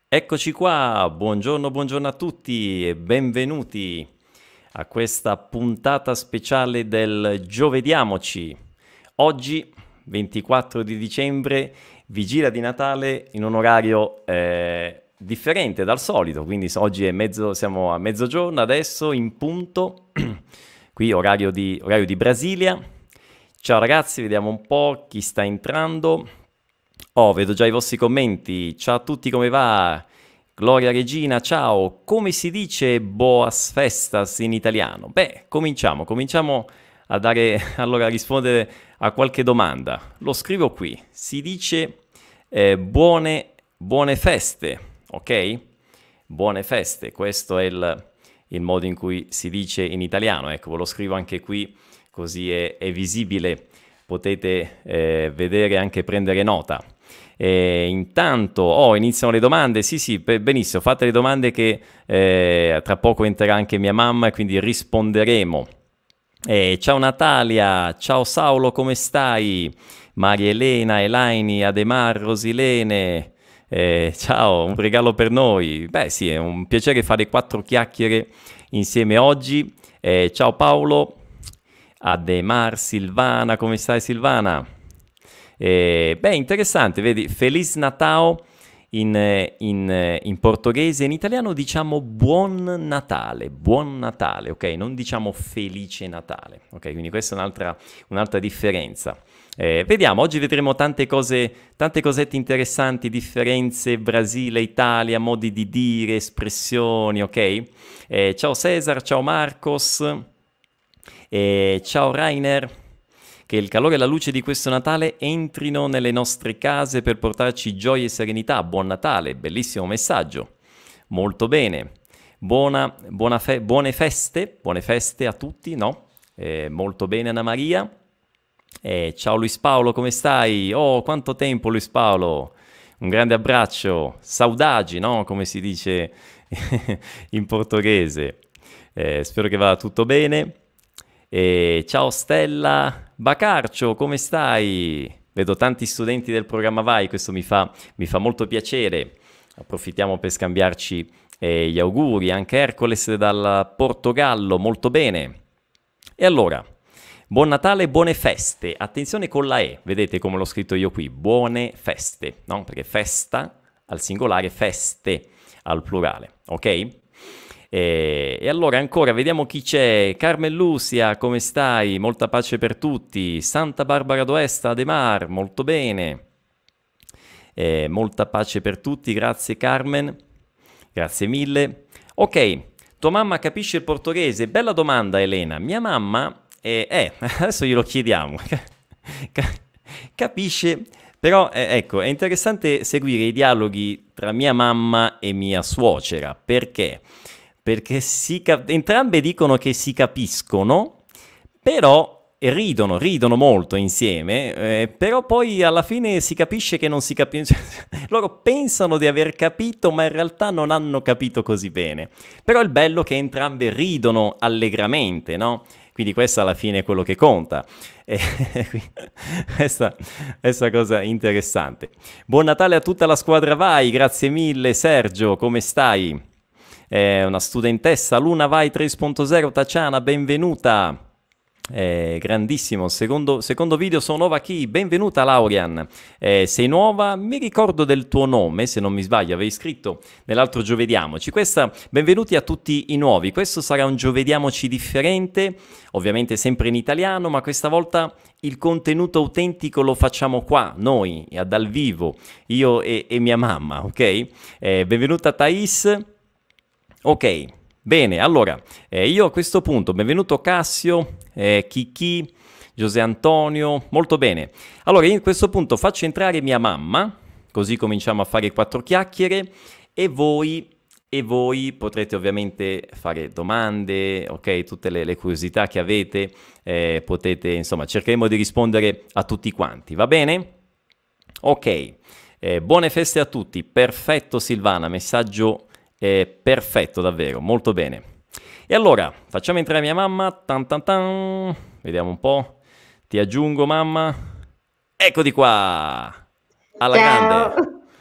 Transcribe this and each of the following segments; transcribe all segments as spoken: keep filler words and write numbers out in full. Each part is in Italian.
Eccoci qua, buongiorno, buongiorno a tutti e benvenuti a questa puntata speciale del Giovediamoci. Oggi, ventiquattro di dicembre, vigilia di Natale in un orario eh, differente dal solito, quindi s- oggi è mezzo, siamo a mezzogiorno adesso in punto, qui orario di, orario di Brasilia. Ciao ragazzi, vediamo un po' chi sta entrando. Oh, vedo già i vostri commenti. Ciao a tutti, come va? Gloria Regina, ciao. Come si dice boas festas in italiano? Beh, cominciamo, cominciamo a dare, allora, a rispondere a qualche domanda. Lo scrivo qui. Si dice eh, buone, buone feste, ok? Buone feste, questo è il, il modo in cui si dice in italiano. Ecco, ve lo scrivo anche qui, così è, è visibile, potete eh, vedere e anche prendere nota. E intanto, oh, iniziano le domande. Sì, sì, be- benissimo. Fate le domande che eh, tra poco entrerà anche mia mamma e quindi risponderemo. Eh, ciao Natalia, ciao Saulo, come stai? Maria Elena, Elaini, Ademar, Rosilene. Eh, ciao, un regalo per noi. Beh, sì, è un piacere fare quattro chiacchiere insieme oggi. Eh, ciao Paolo, Ademar, Silvana, come stai Silvana? Eh, beh, interessante, vedi, Feliz Natal in, eh, in, eh, in portoghese, in italiano diciamo buon Natale, buon Natale, ok? Non diciamo felice Natale, ok? Quindi questa è un'altra, un'altra differenza. Eh, vediamo, oggi vedremo tante cose, tante cosette interessanti, differenze, Brasile, Italia, modi di dire, espressioni, ok? Eh, ciao Cesar, ciao Marcos, eh, ciao Rainer. Che il calore e la luce di questo Natale entrino nelle nostre case per portarci gioia e serenità. Buon Natale, bellissimo messaggio. Molto bene. Buona, buona fe- buone feste, buone feste a tutti, no? Eh, molto bene Anna Maria. Eh, ciao Luis Paolo, come stai? Oh, quanto tempo Luis Paolo. Un grande abbraccio. Saudagi, no? Come si dice in portoghese. Eh, spero che vada tutto bene. E ciao Stella Bacarcio, come stai? Vedo tanti studenti del programma Vai, questo mi fa, mi fa molto piacere. Approfittiamo per scambiarci eh, gli auguri. Anche Ercoles dal Portogallo, molto bene. E allora, buon Natale e buone feste. Attenzione con la E, vedete come l'ho scritto io qui, buone feste, no? Perché festa al singolare, feste al plurale, ok? E, e allora ancora, vediamo chi c'è. Carmen Lucia, come stai? Molta pace per tutti. Santa Barbara d'Oeste, Ademar, molto bene. Eh, molta pace per tutti, grazie Carmen. Grazie mille. Ok, tua mamma capisce il portoghese? Bella domanda, Elena. Mia mamma, eh, eh, adesso glielo chiediamo. Capisce, però eh, ecco, è interessante seguire i dialoghi tra mia mamma e mia suocera. Perché? Perché si cap- entrambe dicono che si capiscono, però ridono, ridono molto insieme, eh, però poi alla fine si capisce che non si capisce. Loro pensano di aver capito, ma in realtà non hanno capito così bene. Però il bello è che entrambe ridono allegramente, no? Quindi questo alla fine è quello che conta. E questa, questa cosa interessante. Buon Natale a tutta la squadra Vai, grazie mille Sergio, come stai? È una studentessa, Luna Vai tre punto zero, Tatiana, benvenuta. Eh, grandissimo, secondo, secondo video sono nuova chi? Benvenuta Laurian, eh, sei nuova? Mi ricordo del tuo nome, se non mi sbaglio, avevi scritto nell'altro Giovediamoci. Questa, benvenuti a tutti i nuovi, questo sarà un Giovediamoci differente, ovviamente sempre in italiano, ma questa volta il contenuto autentico lo facciamo qua, noi, dal vivo, io e, e mia mamma, ok? Eh, benvenuta Thais. Ok, bene, allora, eh, io a questo punto, benvenuto Cassio, eh, Kiki, José Antonio, molto bene. Allora, io a questo punto faccio entrare mia mamma, così cominciamo a fare quattro chiacchiere e voi, e voi potrete ovviamente fare domande, ok, tutte le, le curiosità che avete, eh, potete, insomma, cercheremo di rispondere a tutti quanti, va bene? Ok, eh, buone feste a tutti, perfetto Silvana, messaggio eh, perfetto davvero, molto bene. E allora, facciamo entrare mia mamma, tan tan tan, vediamo un po', ti aggiungo mamma, eccoti qua, alla Ciao, grande.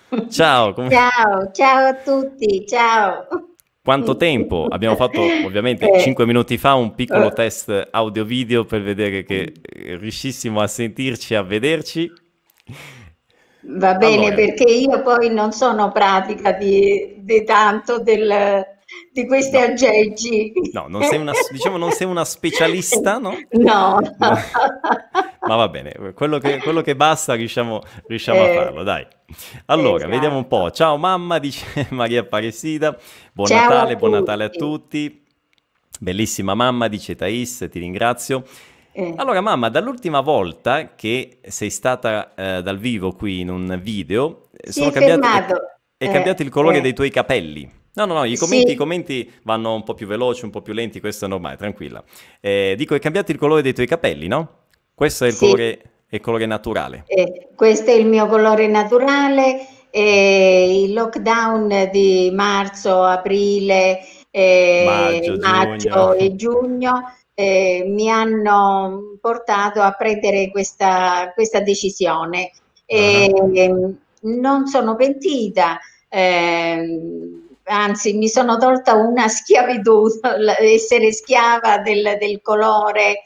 Ciao, come... Ciao, ciao a tutti, ciao. quanto tempo? Abbiamo fatto ovviamente Eh, cinque minuti fa un piccolo eh, test audio-video per vedere che eh, riuscissimo a sentirci e a vederci. Va bene Allora, perché io poi non sono pratica di, di tanto del- di questi no, aggeggi. no, non sei una, diciamo non sei una specialista, no? No. No. Ma va bene, quello che, quello che basta riusciamo, riusciamo a Eh, farlo, dai. Allora, vediamo un po'. esatto. Ciao mamma, dice Maria Apparecida. Buon Ciao a Natale, buon Natale a tutti. tutti. Bellissima mamma, dice Thais, ti ringrazio. Eh, Allora, mamma, dall'ultima volta che sei stata eh, dal vivo qui in un video, eh, si sono è cambiati, è, fermato. è cambiato Eh, il colore dei eh. tuoi capelli. No, no, no, i commenti, i Sì, commenti vanno un po' più veloci, un po' più lenti, questo è normale, tranquilla. Eh, dico, è cambiato il colore dei tuoi capelli, no? Questo è il sì. colore, è il colore naturale. Eh, questo è il mio colore naturale. Eh, il lockdown di marzo, aprile, eh, Maggio, giugno. maggio e giugno eh, mi hanno portato a prendere questa, questa decisione. Ah, E, ehm, non sono pentita, ehm, anzi mi sono tolta una schiavitù, essere schiava del, del colore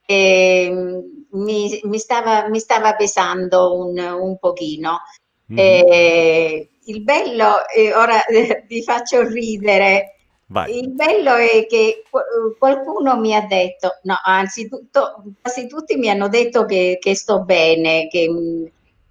e mi, mi stava, mi stava pesando un, un pochino. mhm. E il bello, e ora eh, vi faccio ridere, Vai. il bello è che qu- qualcuno mi ha detto, no, anzitutto quasi tutti mi hanno detto che, che sto bene, che, mh,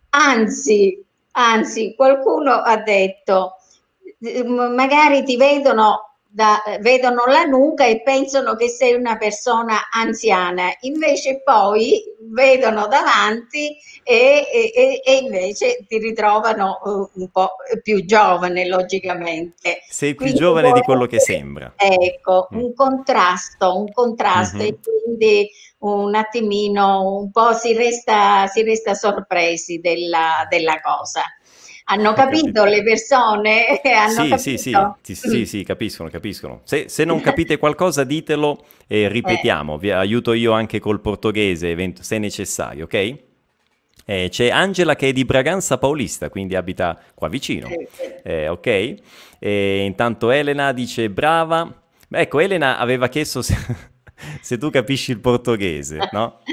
anzi, anzi, qualcuno ha detto, eh, m- magari ti vedono, da- vedono la nuca e pensano che sei una persona anziana, invece poi vedono davanti e, e- e invece ti ritrovano eh, un po' più giovane, logicamente. Sei più Quindi giovane di vuole quello che essere, sembra. ecco, Mm. un contrasto, un contrasto Mhm. e quindi un attimino, un po' si resta, si resta sorpresi della, della cosa. Hanno Ho capito. capito le persone? Hanno Sì, sì, sì, capito? sì, sì, Mm. sì, capiscono, capiscono. Se, se non capite qualcosa, ditelo e Eh, ripetiamo. Vi aiuto io anche col portoghese, event- se necessario, ok? Eh, c'è Angela che è di Braganza Paulista, quindi abita qua vicino. eh, eh. Eh, ok? E intanto Elena dice brava. Ecco, Elena aveva chiesto se, se tu capisci il portoghese, no?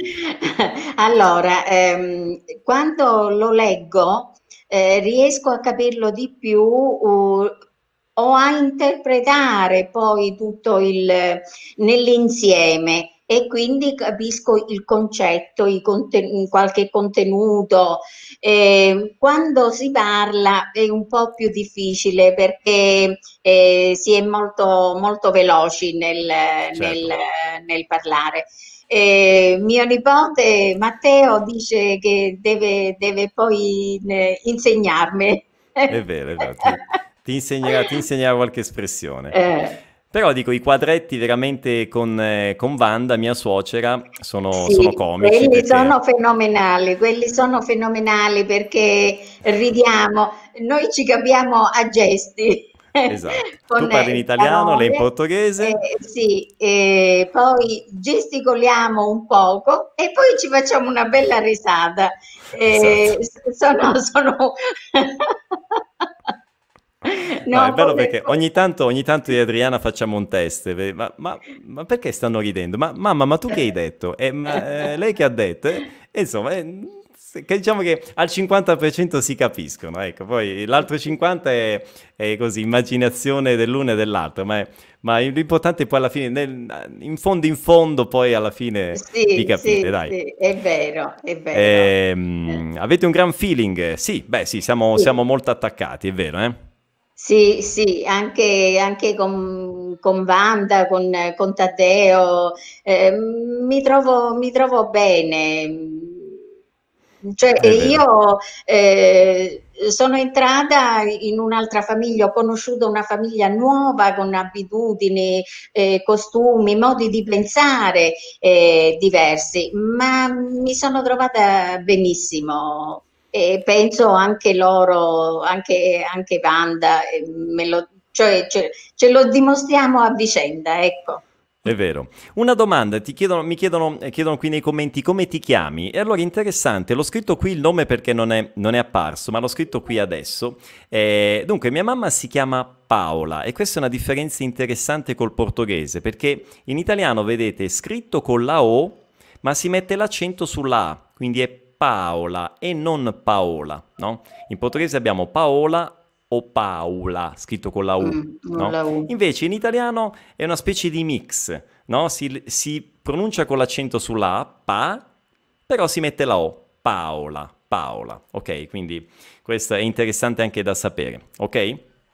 Allora, ehm, quando lo leggo, eh, riesco a capirlo di più, uh, o a interpretare poi tutto il nell'insieme e quindi capisco il concetto, i conten- qualche contenuto. Eh, quando si parla è un po' più difficile perché eh, si è molto, molto veloci nel, nel, Certo. nel parlare. Eh, mio nipote Matteo dice che deve, deve poi eh, insegnarmi. È vero, è vero, ti, ti insegnerà, ti insegnerà qualche espressione. Eh, Però dico, i quadretti veramente con, eh, con Wanda, mia suocera, sono, sono sì, comici quelli sono perché... fenomenali, quelli sono fenomenali perché ridiamo, noi ci capiamo a gesti Esatto. Tu con parli in le italiano, lei in parole, portoghese? eh, sì, e poi gesticoliamo un poco e poi ci facciamo una bella risata. Esatto. Eh, s- sono, sono... No, è No, bello come... perché ogni tanto, ogni tanto io e Adriana facciamo un test. ve- Ma, ma- ma perché stanno ridendo? Ma mamma, ma tu che hai detto? E, ma, eh, lei che ha detto? E, e insomma, eh, se- che diciamo che al cinquanta per cento si capiscono, ecco. Poi l'altro cinquanta per cento è, è così, immaginazione dell'uno e dell'altro, ma, è- ma l'importante è poi alla fine, nel- in fondo in fondo, poi alla fine vi Sì, capite, sì, dai. sì, è vero, è vero. Eh, Ehm, avete un gran feeling? Sì, beh, sì, siamo, siamo Sì, molto attaccati, è vero, eh? sì, sì, anche, anche con, con Wanda, con, con Taddeo, eh, mi trovo, mi trovo bene. Cioè, È eh, vero. io eh, sono entrata in un'altra famiglia, ho conosciuto una famiglia nuova con abitudini, eh, costumi, modi di pensare eh, diversi, ma mi sono trovata benissimo. E penso anche loro, anche, anche Wanda, eh, me lo- cioè, ce, ce lo dimostriamo a vicenda, ecco. È vero. Una domanda, ti chiedono, mi chiedono, eh, chiedono qui nei commenti come ti chiami. E allora interessante, l'ho scritto qui il nome perché non è, non è apparso, ma l'ho scritto qui adesso. Eh, dunque, mia mamma si chiama Paola e questa è una differenza interessante col portoghese, perché in italiano, vedete, è scritto con la O, ma si mette l'accento sulla A, quindi è Paola e non Paola, no? In portoghese abbiamo Paola o Paula, scritto con la U, Mm, non no? la U. Invece in italiano è una specie di mix, no? Si, si pronuncia con l'accento sulla A, pa, però si mette la O, Paola, Paola, ok? Quindi questo è interessante anche da sapere, ok?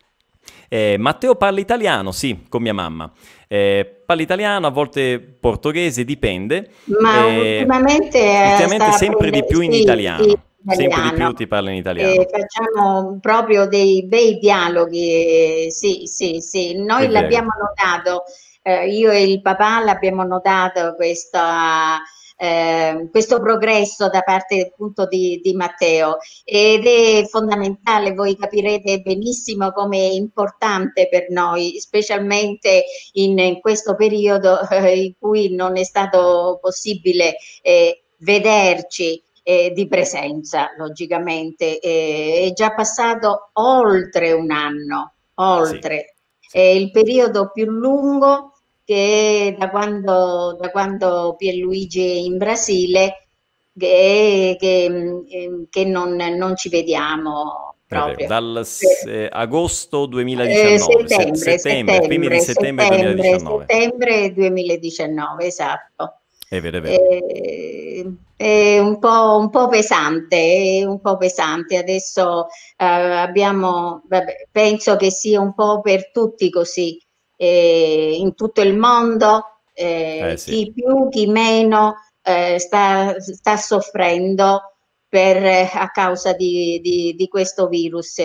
Eh, Matteo parla italiano, sì, con mia mamma. Eh, parla italiano, a volte portoghese, dipende. Ma Eh, ultimamente eh, ultimamente sta sempre di apprendendo, più in sì, sì, italiano, sempre di più italiano. ti parla in Eh, italiano, facciamo proprio dei bei dialoghi, eh, sì, sì, sì. è Noi vero, l'abbiamo notato, eh, io e il papà l'abbiamo notato questa, eh, questo progresso da parte appunto di, di Matteo ed è fondamentale, voi capirete benissimo come è importante per noi, specialmente in, in questo periodo eh, in cui non è stato possibile eh, vederci eh, di presenza, logicamente. Eh, è già passato oltre un anno, sì, oltre. È sì, il periodo più lungo che è da quando, da quando Pierluigi è in Brasile, che, che, che non, non ci vediamo è vero. proprio. Dal s- Eh, eh, agosto eh, duemiladiciannove, set- settembre, settembre, primi di settembre, settembre settembre, duemiladiciannove. settembre duemiladiciannove, esatto. È vero, è vero. Eh, è un po', un po' pesante, è un po' pesante. Adesso eh, abbiamo, vabbè, penso che sia un po' per tutti così, eh, in tutto il mondo, Eh eh, sì, chi più, chi meno, eh, sta, sta soffrendo per, a causa di, di, di questo virus.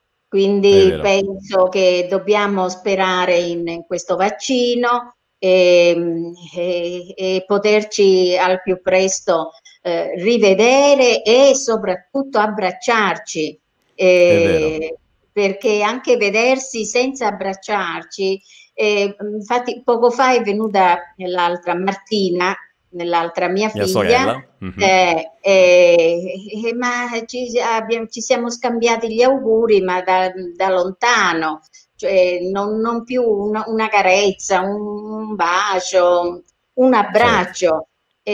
è Quindi vero. penso che dobbiamo sperare in, in questo vaccino e, e- e poterci al più presto eh, rivedere e soprattutto abbracciarci, È vero. eh, perché anche vedersi senza abbracciarci, eh, infatti poco fa è venuta l'altra Martina, nell'altra mia Mia figlia, sorella? Mhm. eh, eh, eh, ma ci, abbiamo- ci siamo scambiati gli auguri, ma da, da lontano, cioè non, non più una, una carezza, un bacio, un Certo. abbraccio.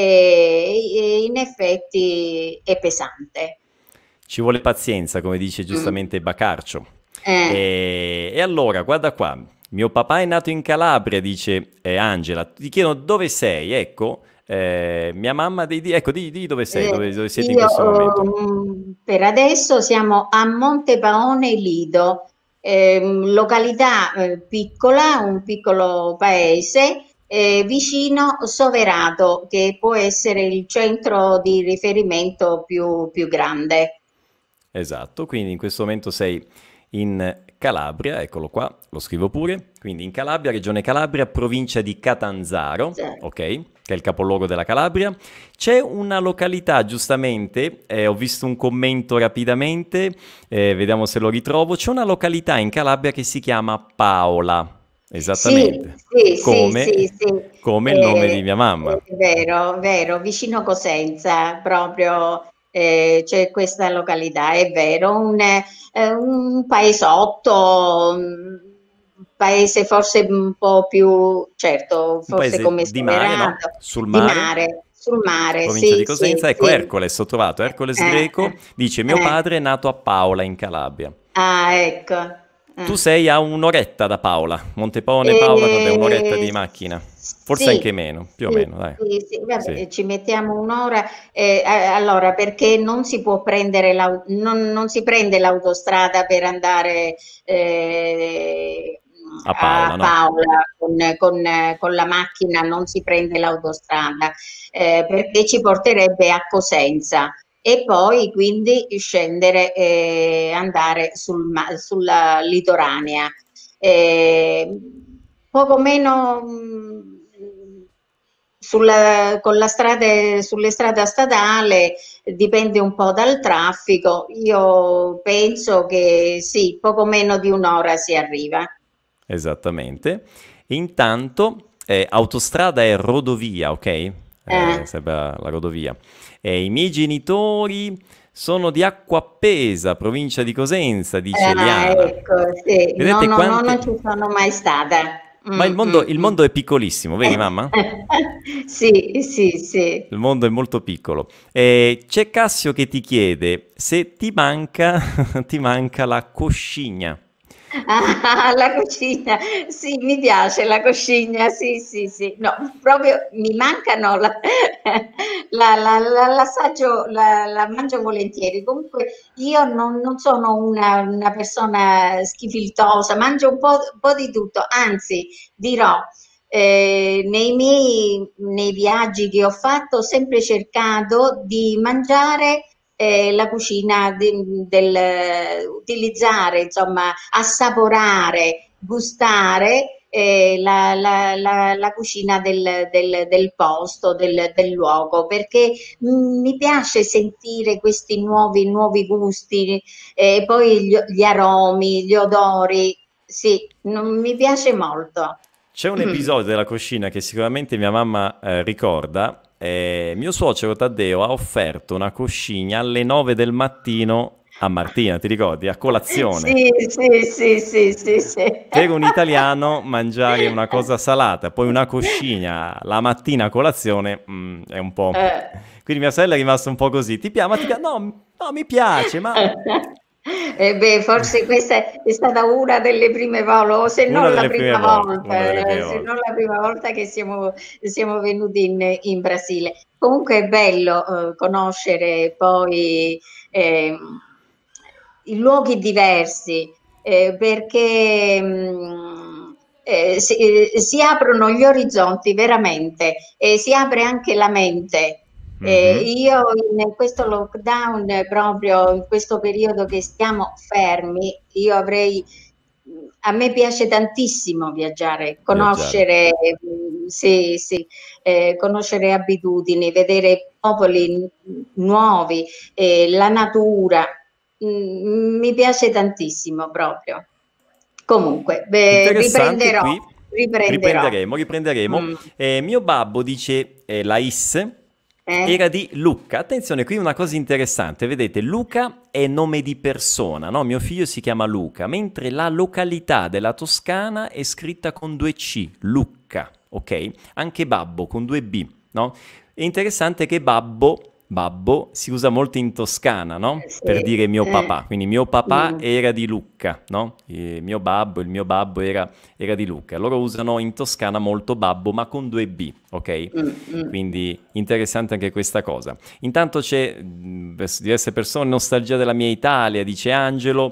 E, e in effetti è pesante. Ci vuole pazienza, come dice Mm. giustamente Bacarcio. Eh, E, e allora, guarda qua, mio papà è nato in Calabria, dice eh, Angela. Ti chiedono dove sei, ecco, eh, mia mamma, di, di- ecco, di, di dove sei, eh, dove, dove siete in io questo momento. ehm, per adesso siamo a Montepaone Lido, ehm, località eh, piccola, un piccolo paese eh, vicino Soverato, che può essere il centro di riferimento più, più grande. Esatto, quindi in questo momento sei in Calabria, eccolo qua, lo scrivo pure, quindi in Calabria, regione Calabria, provincia di Catanzaro, Cioè, ok, che è il capoluogo della Calabria. C'è una località, giustamente, eh, ho visto un commento rapidamente, eh, vediamo se lo ritrovo, c'è una località in Calabria che si chiama Paola, sì, esattamente, sì, sì, sì, come, sì, come il nome di eh, mia mamma. è vero, vero, vicino Cosenza, proprio eh, c'è questa località, è vero, un, eh, un paesotto, un paese forse un po' più, certo, Un forse paese come di mare, no? Soverato, Sul di mare, mare, sul mare, provincia sì, di sì, Cosenza. Ecco, sì. Ercoles, ho trovato, Ercoles Eh, Greco, dice mio eh, eh. padre è nato a Paola in Calabria. Ah, ecco. Tu Eh. sei a un'oretta da Paola, Montepone, Paola, cos'è? Un'oretta Eh, di macchina? Forse anche sì, meno, più o sì, meno, dai. sì, sì, Sì, vabbè, ci mettiamo un'ora. Eh, a- allora, perché non si può prendere l'au- non, non si prende l'autostrada per andare eh, a a Paola, no? Paola con, con, eh, con la macchina, non si prende l'autostrada eh, perché ci porterebbe a Cosenza e poi quindi scendere e andare sul, ma- sulla litoranea. Eh, poco meno mh, sulla, con la strada, sulle strade statali dipende un po' dal traffico. Io penso che sì, poco meno di un'ora si arriva. Esattamente. E intanto eh, autostrada è rodovia, ok? Eh, Eh. sarebbe la, la rodovia. E i miei genitori sono di Acquapesa, provincia di Cosenza, dice Ah, Eliana. ecco, sì. No, Vedete no, no, quante... non ci sono mai stata. Ma il Mm, mondo, mm, il mm. mondo è piccolissimo, vedi mamma? Sì, sì, sì. Il mondo è molto piccolo. E c'è Cassio che ti chiede se ti manca, ti manca la coscigna. Ah, la cucina, sì, mi piace la cucina, sì, sì, sì. No, proprio mi mancano, la, la, la, la- l'assaggio, la, la mangio volentieri. Comunque io non, non sono una, una persona schifiltosa, mangio un po', un po' di tutto, anzi, dirò, eh, nei miei nei viaggi che ho fatto ho sempre cercato di mangiare eh, la cucina, di- del, utilizzare, insomma, assaporare, gustare eh, la, la- la- la cucina del, del- del posto, del, del luogo, perché mm, mi piace sentire questi nuovi, nuovi gusti, e poi gli, gli aromi, gli odori, sì, non, mi piace molto. C'è un episodio della coscina che sicuramente mia mamma eh, ricorda. Eh, mio suocero Taddeo ha offerto una coscigna alle nove del mattino a Martina, ti ricordi? A colazione. Sì, sì, sì, sì, sì, sì. Per un italiano mangiare una cosa salata, poi una coscigna la mattina a colazione, mm, è un po'... Eh. Quindi mia sorella è rimasta un po' così. Ti piace? Ma ti piace? No, no, mi piace, ma... Eh beh, forse questa è stata una delle prime volte, o se Una non la delle prime prima volte, una delle volta, prime eh, se volte. non la prima volta che siamo, siamo venuti in, in Brasile. Comunque è bello eh, conoscere poi ehm, i luoghi diversi, eh, perché mh, eh, si, eh, si aprono gli orizzonti veramente e si apre anche la mente. Eh, Mhm. io in questo lockdown, eh, proprio in questo periodo che stiamo fermi, io avrei, a me piace tantissimo viaggiare, Viaggiare. conoscere, mm, sì, sì, eh, conoscere abitudini, vedere popoli n- nuovi, eh, la natura. Mm, mi piace tantissimo proprio. Comunque, beh, Interessante riprenderò, qui. riprenderò. Riprenderemo, riprenderemo. Mm, Eh, mio babbo dice eh, la Is eh? era di Lucca. Attenzione, qui una cosa interessante. Vedete, Luca è nome di persona, no? Mio figlio si chiama Luca, mentre la località della Toscana è scritta con due C, Lucca, ok? Anche babbo con due B, no? È interessante che babbo, babbo si usa molto in Toscana, no? Eh, Per sì, dire mio eh, papà. Quindi mio papà mm, era di Lucca, no? Il mio babbo, il mio babbo era, era di Lucca. Loro usano in Toscana molto babbo, ma con due B, ok? mm, mm. Quindi interessante anche questa cosa. Intanto c'è mh, verso diverse persone, nostalgia della mia Italia, dice Angelo.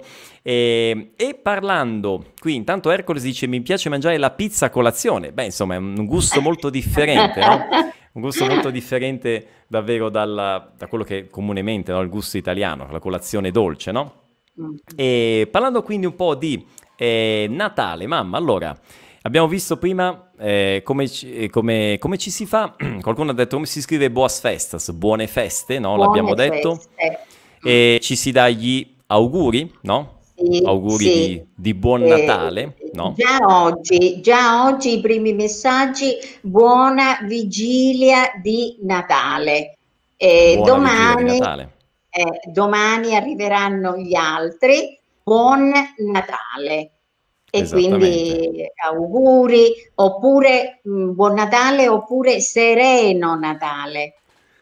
E, e parlando, qui intanto Ercole dice mi piace mangiare la pizza a colazione. Beh, insomma, è un gusto molto differente, no? Un gusto molto differente davvero dalla- da quello che è comunemente, no? Il gusto italiano, la colazione dolce, no? Mm. E parlando quindi un po' di eh, Natale, mamma, allora, abbiamo visto prima eh, come, ci, eh, come- come ci si fa, qualcuno ha detto come si scrive Boas Festas, buone feste, no? L'abbiamo Buone detto, feste. Mm. e ci si dà gli auguri, no? Sì, Auguri sì. di, di buon Eh, Natale, no? già oggi, già oggi i primi messaggi, buona vigilia di Natale. E Buona vigilia di domani, Natale, eh, domani arriveranno gli altri, buon Natale. E esattamente. quindi auguri, oppure mh, buon Natale, oppure sereno Natale.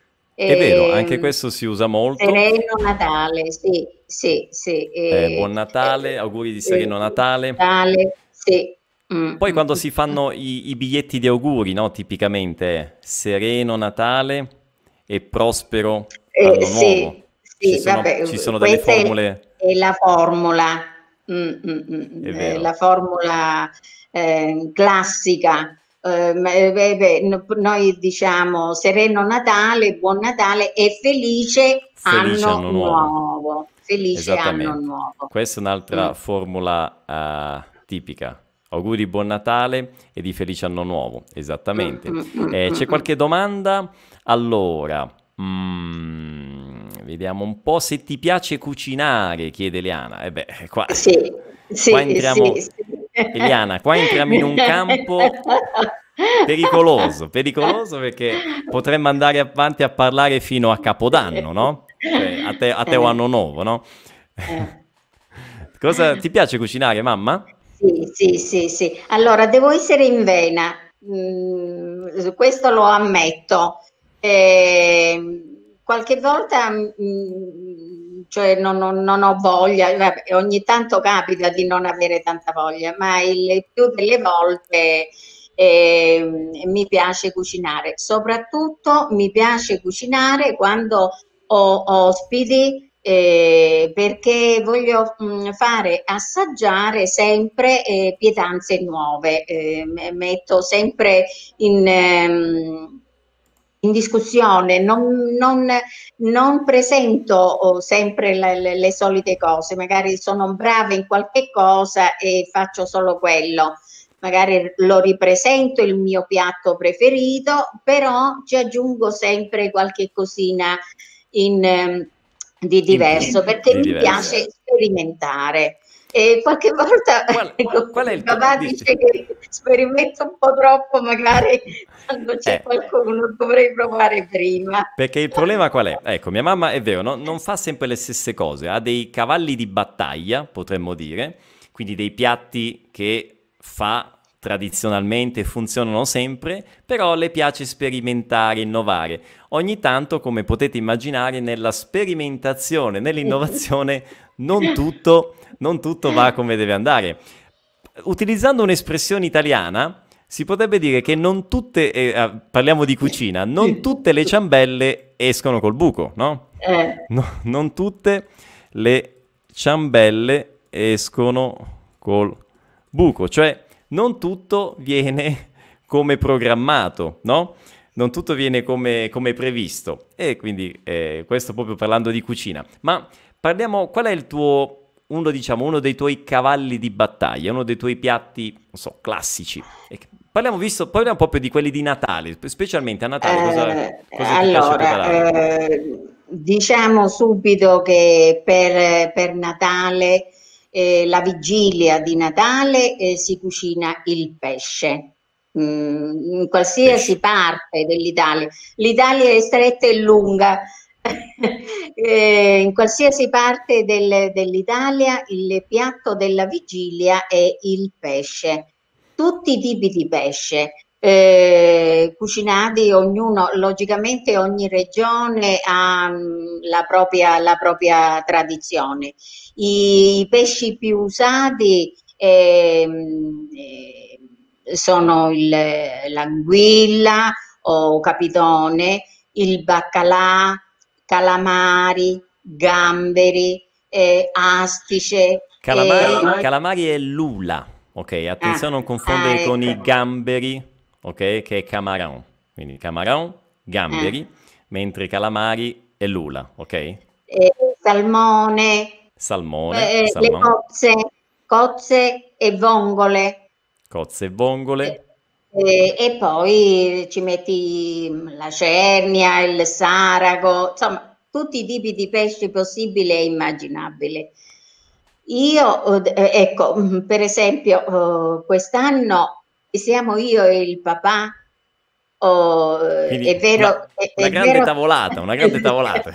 È vero, anche Ehm, questo si usa molto. sereno Natale, sì, sì, sì. Eh, eh, buon Natale, eh, auguri di eh, sereno Natale. Natale, sì. Mm, Poi mm, quando si mm. fanno i, i biglietti di auguri, no? Tipicamente è sereno Natale e prospero Eh, anno nuovo. sì, Ci sì, sono, ci vabbè, sono delle questa è, formule, è la formula, mm, mm, è mm, è vero. la formula eh, classica. Eh, ma, eh, beh, beh, no- noi diciamo sereno Natale, buon Natale e felice Felice anno anno nuovo. nuovo. Felice anno Esattamente. nuovo. Questa è Mm. un'altra formula eh, tipica. Auguri di buon Natale e di felice anno nuovo. Mm, Esattamente. mm, mm, Eh, c'è mm, mm. qualche domanda? Allora, mm, vediamo un po' se ti piace cucinare, chiede Eliana. E beh, qua, Sì, qua sì, sì, entriamo, sì. Eliana, qua entriamo in un campo. Pericoloso, pericoloso perché potremmo andare avanti a parlare fino a Capodanno, no? Cioè, a te, a te o Eh, Anno Nuovo, no? eh. Cosa ti piace cucinare, mamma? Sì, sì, sì, sì. Allora, devo essere in vena, mm, questo lo ammetto. Eh, qualche volta, mm, cioè non, non- non ho voglia, vabbè, ogni tanto capita di non avere tanta voglia, ma il più delle volte eh, mi piace cucinare. Soprattutto mi piace cucinare quando ho ospiti eh, perché voglio mh, fare assaggiare sempre eh, pietanze nuove. Eh, me- metto sempre in, ehm, in discussione, non, non- non presento oh, sempre le, le- le solite cose, magari sono brava in qualche cosa e faccio solo quello. Magari lo ripresento il mio piatto preferito, però ci aggiungo sempre qualche cosina in, ehm, di In più, diverso perché di mi diverso. piace sperimentare. E qualche volta Qual, ecco, qual è mio il tuo... papà Dici? dice che sperimento un po' troppo, magari quando c'è Eh, qualcuno dovrei provare prima. perché il problema qual è? Ecco, mia mamma è vero, no? Non fa sempre le stesse cose, ha dei cavalli di battaglia, potremmo dire, quindi dei piatti che fa tradizionalmente e funzionano sempre, però le piace sperimentare, innovare. Ogni tanto, come potete immaginare, nella sperimentazione, nell'innovazione, non tutto, non tutto va come deve andare. Utilizzando un'espressione italiana, si potrebbe dire che non tutte, eh, ah, parliamo di cucina, non tutte le ciambelle escono col buco, no? Eh, No, non tutte le ciambelle escono col buco, cioè non tutto viene come programmato, no? Non tutto viene come, come previsto. E quindi eh, questo proprio parlando di cucina. Ma parliamo, qual è il tuo, uno, diciamo, uno dei tuoi cavalli di battaglia, uno dei tuoi piatti, non so, classici? E che- Parliamo, visto, parliamo proprio di quelli di Natale, specialmente a Natale, cosa, Eh, cosa ti piace allora, preparare? eh, diciamo subito che per, per Natale, eh, la vigilia di Natale, eh, si cucina il pesce. Mm, in qualsiasi Pesce. parte dell'Italia. L'Italia è stretta e lunga. Eh, in qualsiasi parte del- dell'Italia il piatto della vigilia è il pesce. Tutti i tipi di pesce eh, cucinati, ognuno, logicamente ogni regione ha mh, la propria, la propria tradizione. I, i pesci più usati ehm, eh, sono il, l'anguilla o capitone, il baccalà, calamari, gamberi, eh, astice. Calamari, eh, calamari è lula, ok? ah, Attenzione a non ah, confondere con ecco. i gamberi, ok? Che è camarão. Quindi camarão, Eh. gamberi, mentre calamari è lula, ok? eh, salmone, Salmone, eh, le salmon, cozze, cozze e vongole. cozze e vongole. Eh, eh, e poi ci metti la cernia, il sarago, insomma, tutti i tipi di pesci possibili e immaginabili. Io, eh, ecco, mm, per esempio, eh, quest'anno siamo io e il papà. Oh, eh, Quindi è una, vero, è, una è grande vero, tavolata, una grande tavolata.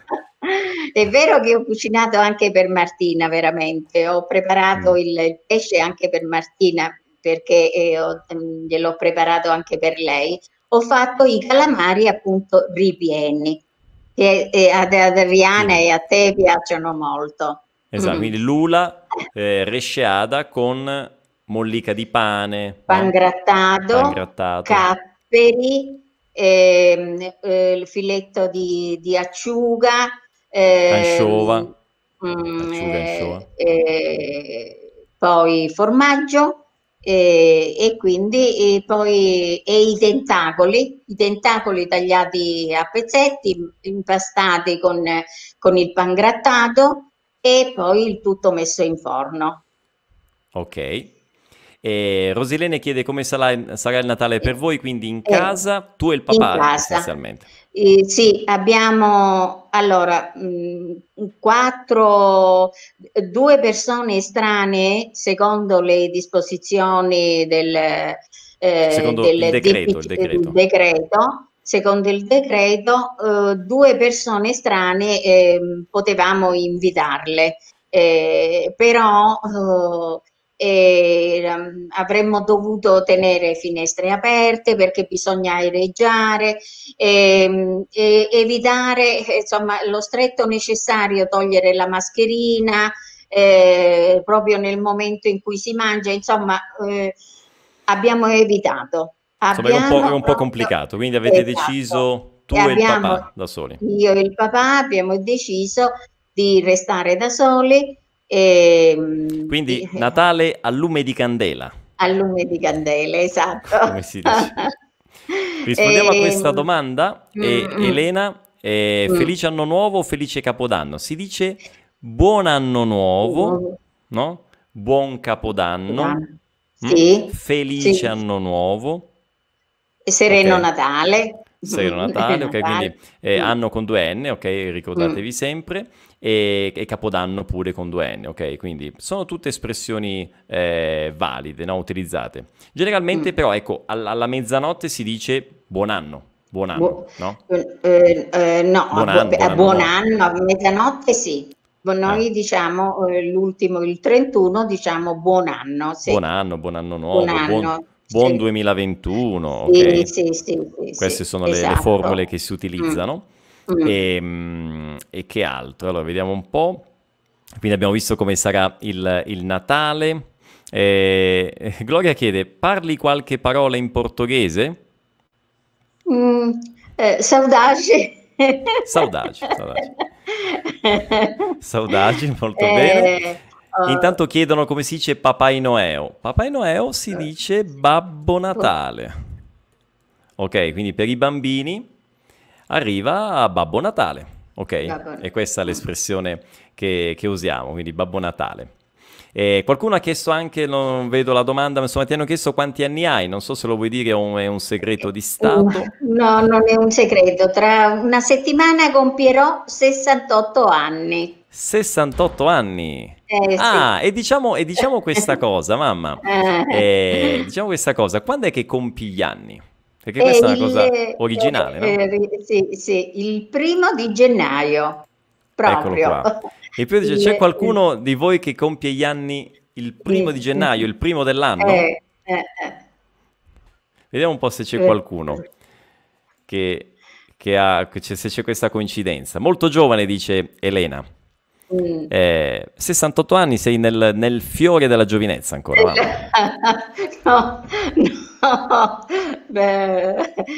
è vero che ho cucinato anche per Martina, veramente. Ho preparato Mm. il, il pesce anche per Martina perché eh, ho- mm, gliel'ho preparato anche per lei. Ho fatto i calamari appunto ripieni, che eh, ad Adriana Quindi, e a te piacciono molto. esatto, Mm. quindi lula eh, resceata con mollica di pane, no? Pan Pangrattato, grattato, capperi, ehm, eh, il filetto di, di acciuga, ansciova, ehm, mm, acciuga, ansciova. eh, eh, poi formaggio eh, e quindi e poi e i tentacoli, i tentacoli tagliati a pezzetti, impastati con, con il pangrattato e poi il tutto messo in forno. Ok. E Rosilene chiede come sarà, sarà il Natale per voi, quindi in Eh, casa, tu e il in papà casa. essenzialmente. Eh, sì, abbiamo allora mh, quattro, due persone estranee secondo le disposizioni del, eh, Secondo del il decreto, D P C, il decreto. il decreto, secondo il decreto, eh, due persone estranee eh, potevamo invitarle, eh, però eh, ehm, avremmo dovuto tenere finestre aperte perché bisogna aereggiare, ehm, e evitare eh, insomma, lo stretto necessario, togliere la mascherina eh, proprio nel momento in cui si mangia, insomma, eh, abbiamo evitato. Insomma, era un po', era Abbiamo un po' proprio complicato, quindi avete esatto. deciso E tu e il abbiamo, papà da soli. io e il papà abbiamo deciso di restare da soli e, mm, di- Quindi Natale a lume di candela, a lume di candele, esatto. come si dice. Rispondiamo a E, questa domanda. E, mm, mm, Elena, eh, mm. felice anno nuovo o felice capodanno? Si dice buon anno nuovo, Mm. no? Buon capodanno, mm? Sì, sì, Felice anno nuovo, Sereno ok? Natale. Sereno È Natale, ok? Natale. Quindi eh, Mm, anno con due N, ok? mm, Ricordatevi sempre. E, e Capodanno pure con due N, ok? Quindi sono tutte espressioni eh, valide, no? Utilizzate. Generalmente mm. però, ecco, alla, alla mezzanotte si dice buon anno, buon anno, Bu- no? eh, eh, eh, no, a, Buon bu- anno, buon a anno buon nuovo. anno, a mezzanotte sì. Ah, Noi diciamo eh, l'ultimo, il trentuno, diciamo buon anno, buon sì. anno, buon anno Buon nuovo, buon, anno, buon sì. duemilaventuno, Sì, ok? sì, sì, sì, Queste sì, sono le, le formule esatto. che si Mm, utilizzano. mm. E, mm, e che altro? Allora, vediamo un po'. Quindi abbiamo visto come sarà il, il Natale. Eh, Gloria chiede, parli qualche parola in portoghese? Mm, eh, saudade. Saudade, saudade. Saudade, molto bene. Eh, oh, Intanto chiedono come si dice Papai Noel. Papai Noel si eh, dice Babbo oh, Natale. Ok, quindi per i bambini arriva a Babbo Natale. Ok? vabbè. E questa è Mm. l'espressione che, che usiamo, quindi Babbo Natale. E qualcuno ha chiesto anche, non vedo la domanda, ma insomma ti hanno chiesto quanti anni hai, non so se lo vuoi dire, è un, è un segreto di Uh, Stato. No, non è un segreto. Tra una settimana compierò sessantotto anni. sessantotto anni. Eh sì. Ah, e diciamo, e diciamo questa cosa, mamma. Eh, Eh, diciamo questa cosa, quando è che compi gli anni? Perché è questa è una il, cosa eh, originale, no? eh, sì, sì, il primo di gennaio, Eccolo proprio. qua. E poi dice, Il, c'è il- qualcuno di voi che compie gli anni il primo di gennaio, il primo dell'anno? eh, eh, Vediamo un po' se c'è eh, qualcuno che, che ha, che c'è- se c'è questa coincidenza. Molto giovane, dice Elena. mm. Eh, sessantotto anni, sei nel, nel fiore della giovinezza ancora, mamma. No, no, beh,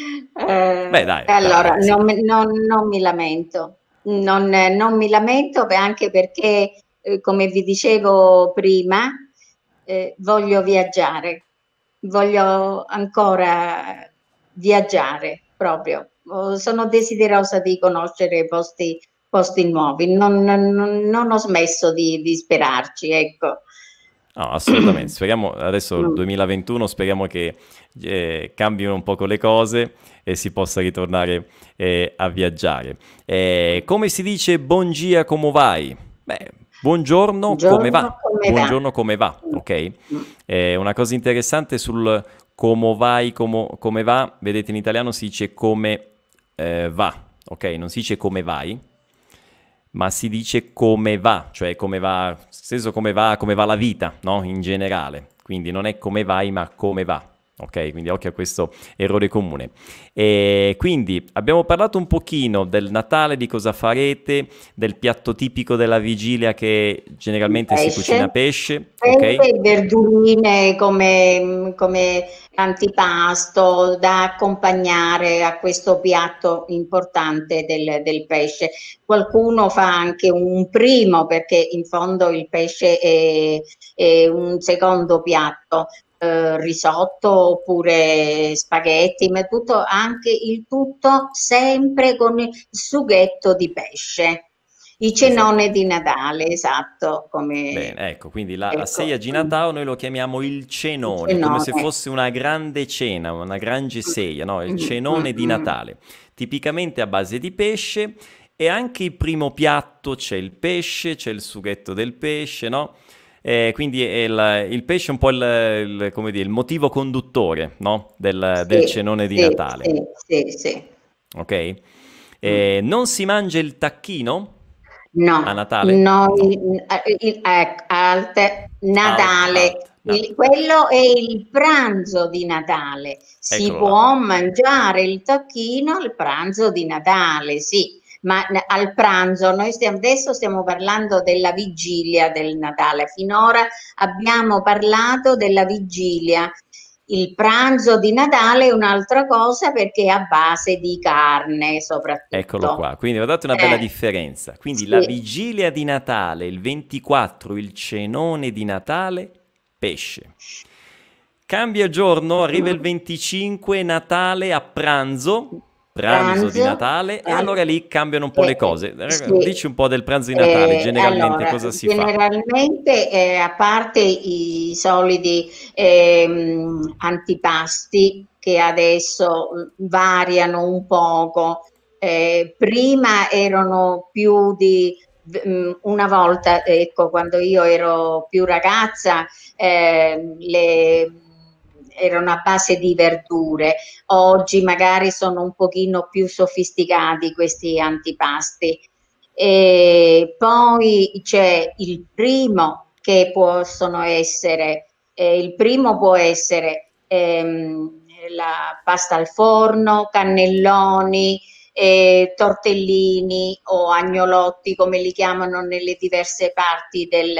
Beh, eh, dai, dai, allora dai, sì. non, mi non- non mi lamento, non, non mi lamento beh, anche perché, eh, come vi dicevo prima, eh, voglio viaggiare, voglio ancora viaggiare proprio. Oh, sono desiderosa di conoscere posti, posti nuovi, non, non- non ho smesso di, di sperarci, ecco. No, assolutamente. Speriamo, adesso il Mm. duemilaventuno, speriamo che eh, cambino un poco le cose e si possa ritornare eh, a viaggiare. Eh, come si dice buongia, come vai? Beh, buongiorno, come Buongiorno, va? come va? Buongiorno, come va? Mm, Ok? mm. Eh, una cosa interessante sul come vai, como- come va, vedete in italiano si dice come eh, va, ok? Non si dice come vai, ma si dice come va, cioè come va, nel senso come va, come va la vita, no? In generale. Quindi non è come vai, ma come va. Ok, quindi occhio a questo errore comune. E quindi abbiamo parlato un pochino del Natale, di cosa farete, del piatto tipico della vigilia che Il generalmente si pesce, cucina pesce, pesce ok? e verdurine come, come antipasto da accompagnare a questo piatto importante del, del pesce. Qualcuno fa anche un primo perché in fondo il pesce è, è un secondo piatto. Eh, risotto oppure spaghetti, ma tutto anche il tutto sempre con il sughetto di pesce. I cenone di Esattamente. Natale, esatto, come Bene, ecco, quindi la, la ecco, Seiya di mm, Natale noi lo chiamiamo il il cenone, come se cenone. fosse una grande cena, una grande seia, no? Il Mm, mm, cenone di mm. Natale, tipicamente a base di pesce e anche il primo piatto c'è il pesce, c'è il sughetto del pesce, no? Eh, quindi è il, il pesce è un po' il, il- come dire, il motivo conduttore, no? del, del Sì, cenone di sì, Natale, sì, sì, sì. ok? Mm. Eh, non si mangia il tacchino a No, Natale? noi, No. eh, il- ecco, alt- Alt, alt, Natale, Nat- il- quello è il pranzo di Natale. Si Eccolo là. può mangiare il tacchino al pranzo di Natale, sì, ma n- al pranzo noi stiamo, adesso stiamo parlando della vigilia del Natale. Finora abbiamo parlato della vigilia. Il pranzo di Natale è un'altra cosa perché è a base di carne Eccolo soprattutto. qua, quindi guardate una bella Eh, differenza. Quindi la sì. vigilia di Natale, il ventiquattro, il cenone di Natale, pesce. Cambia giorno, arriva il venticinque, Natale a pranzo, pranzo di Pranzo, Natale, e pranzo, allora lì cambiano un po' le eh, cose. Raga, sì. dici un po' del pranzo di Natale, Eh, generalmente allora, cosa si fa? generalmente, eh, a parte i soliti ehm, antipasti che adesso mm, variano un poco, eh, prima erano più di mm, una volta, ecco, quando io ero più ragazza, eh, le, erano a base di verdure. Oggi magari sono un pochino più sofisticati questi antipasti. E poi c'è il primo che possono essere, eh, il primo può essere ehm, la pasta al forno, cannelloni, eh, tortellini o agnolotti come li chiamano nelle diverse parti del,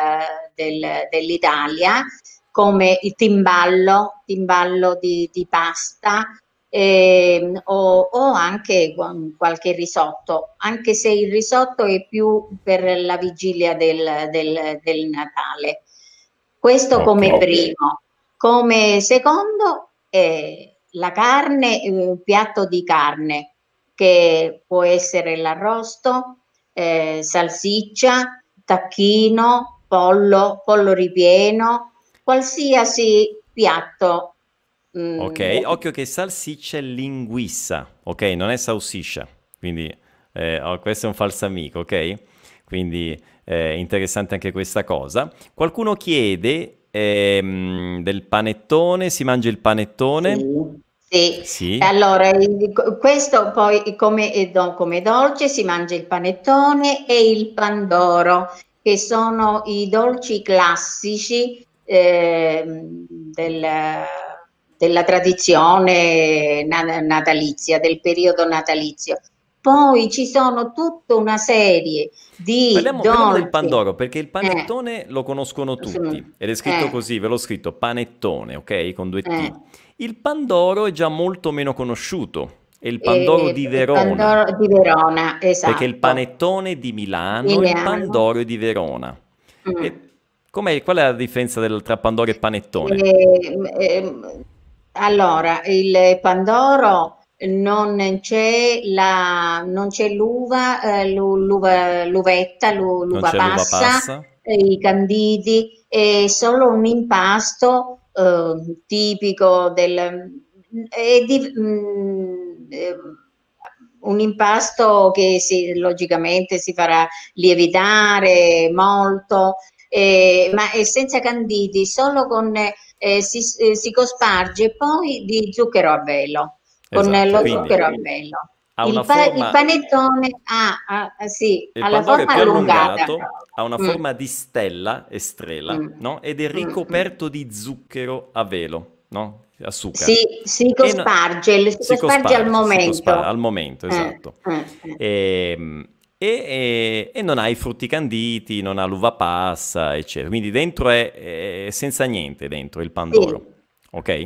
del, dell'Italia, come il timballo, timballo di, di pasta, eh, o, o anche qualche risotto, anche se il risotto è più per la vigilia del, del, del Natale. Questo Ok, come primo. Come secondo, eh, la carne, eh, un piatto di carne che può essere l'arrosto, eh, salsiccia, tacchino, pollo, pollo ripieno, qualsiasi piatto. mm, ok. Occhio che salsiccia è linguissa, ok? Non è salsiccia, quindi eh, oh, questo è un falsamico, ok? Quindi eh, interessante anche questa cosa. Qualcuno chiede ehm, del panettone, si mangia il panettone? Sì, sì. Sì, Allora, il- questo poi come, eh, do- come dolce si mangia il panettone e il pandoro, che sono i dolci classici ehm, del- della tradizione na- natalizia, del periodo natalizio. Poi ci sono tutta una serie di parliamo, parliamo del dolci. pandoro perché il Eh, panettone lo conoscono su- tutti ed è scritto eh, così, ve l'ho scritto, panettone, ok? Con due eh. T. Il pandoro è già molto meno conosciuto, è il pandoro E, di e Verona, Pandoro di Verona, perché il esatto. panettone è di Milano, il Milano. pandoro è di Verona. Mm. E com'è, qual è la differenza del- tra pandoro e panettone? Ehm, ehm, allora, il Pandoro non c'è la, non c'è l'uva, eh, l'u- l'uva, l'uvetta, l'u- Non l'uva c'è l'uva passa, passa? eh, i canditi, è solo un impasto eh, tipico del, è di- mm, eh, un impasto che si, logicamente si farà lievitare molto, eh, ma è senza canditi, solo con eh, si, eh, si cosparge poi di zucchero a velo, con Esatto, lo quindi zucchero a velo. ha una Il, pa- il forma. panettone ha, ha- ha- sì, Il ha la pandoro è forma più allungata. allungato, ha una Mm, forma di stella, estrela, mm, no? Ed è mm, mm. ricoperto di zucchero a velo, no? A Si, succar. si E no- cosparge, si si cosparge al cosparge, si cosparge al momento. momento, Eh, esatto. eh, eh. Ehm, E, e- e non ha i frutti canditi, non ha l'uva passa, eccetera. Quindi dentro è, è senza niente, dentro il Sì, pandoro, ok?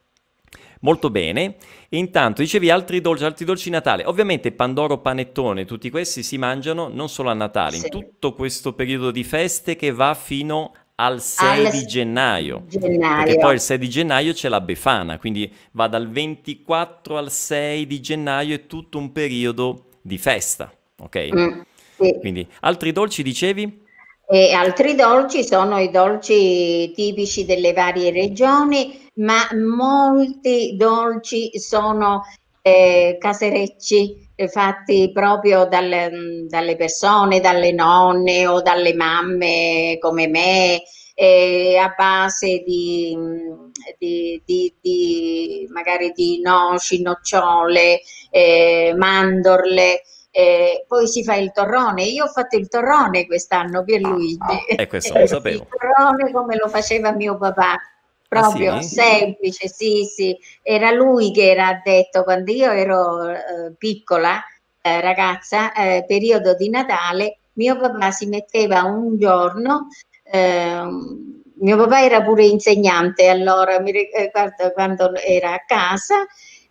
Molto bene. E intanto dicevi altri dolci, altri dolci di Natale. Ovviamente Pandoro, panettone, tutti questi si mangiano non solo a Natale, in sì. tutto questo periodo di feste che va fino al sei Al di gennaio. Perché poi il gennaio. sei di gennaio c'è la Befana, quindi va dal ventiquattro al sei di gennaio, è tutto un periodo di festa, ok? Mm, sì. Quindi altri dolci dicevi? E altri dolci sono i dolci tipici delle varie regioni, ma molti dolci sono eh, caserecci, eh, fatti proprio dalle, mh, dalle persone, dalle nonne o dalle mamme come me, eh, a base di, mh, di- di- di- magari di noci, nocciole, eh, mandorle. Eh, poi si fa il torrone. Io ho fatto il torrone quest'anno, Pierluigi. E questo non lo Il sapevo. torrone come lo faceva mio papà, Ah proprio sì? semplice, sì, sì. Era lui che era addetto quando io ero eh, piccola, eh, ragazza, eh, periodo di Natale, mio papà si metteva un giorno, ehm, mio papà era pure insegnante allora, mi ricordo quando era a casa,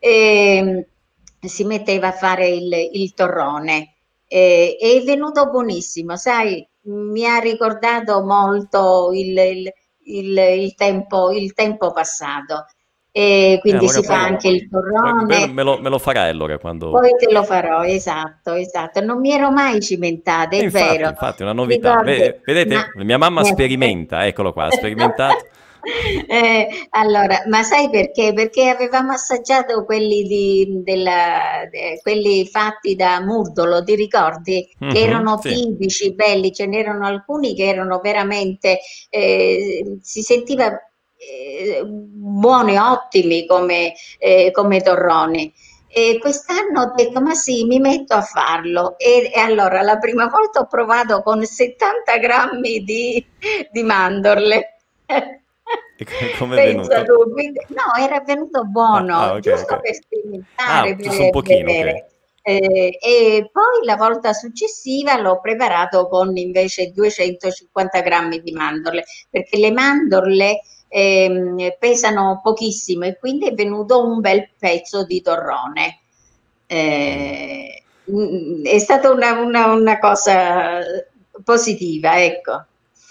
e si metteva a fare il, il torrone. E è venuto buonissimo, sai, mi ha ricordato molto il, il- il- il tempo, il tempo passato. E Eh, quindi allora si fa poi, anche il poi me torrone. me lo, me lo farai allora quando... Poi te lo farò, esatto, esatto. Non mi ero mai cimentata, E è infatti, vero. infatti, una Ti novità. ricordi? Ve- Ma... vedete? Mia mamma sperimenta, eccolo qua, ha sperimentato. Eh, allora, ma sai perché? Perché avevamo assaggiato quelli, di, della, de- quelli fatti da Murdolo, ti ricordi? Che Mhm, erano sì, tipici, belli, ce n'erano alcuni che erano veramente, eh, si sentiva eh, buoni, ottimi come, eh, come torroni. E quest'anno ho detto, ma sì, mi metto a farlo. E, e allora la prima volta ho provato con settanta grammi di, di mandorle. e co- come è Pensa venuto? tu, quindi- no, era venuto Ah, ah, buono, ok, giusto ok. per Ah, sperimentare, giusto un per pochino, ok. vedere. Eh, e poi la volta successiva l'ho preparato con invece duecentocinquanta grammi di mandorle, perché le mandorle ehm, pesano pochissimo e quindi è venuto un bel pezzo di torrone. Mm, Eh, mm, è stata una, una- una cosa positiva, ecco.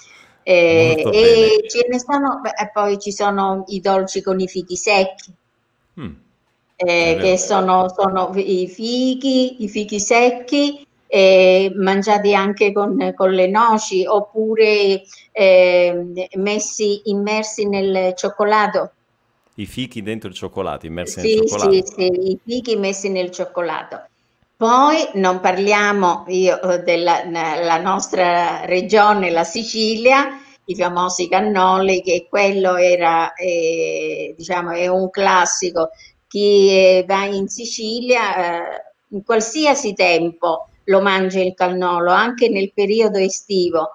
Eh, molto bene. e ce ne sono, beh, e poi ci sono i dolci con i fichi secchi, Mm, è eh, che vero. sono, sono i fichi, i fichi secchi, eh, mangiati anche con, con le noci, oppure eh, messi immersi nel cioccolato. I fichi dentro il cioccolato, immersi nel Sì, sì, cioccolato. sì, i fichi messi nel cioccolato. Poi non parliamo io eh, della na- la nostra regione, la Sicilia, i famosi cannoli, che quello era, eh, diciamo, è un classico. Chi eh, va in Sicilia, eh, in qualsiasi tempo lo mangia il cannolo, anche nel periodo estivo,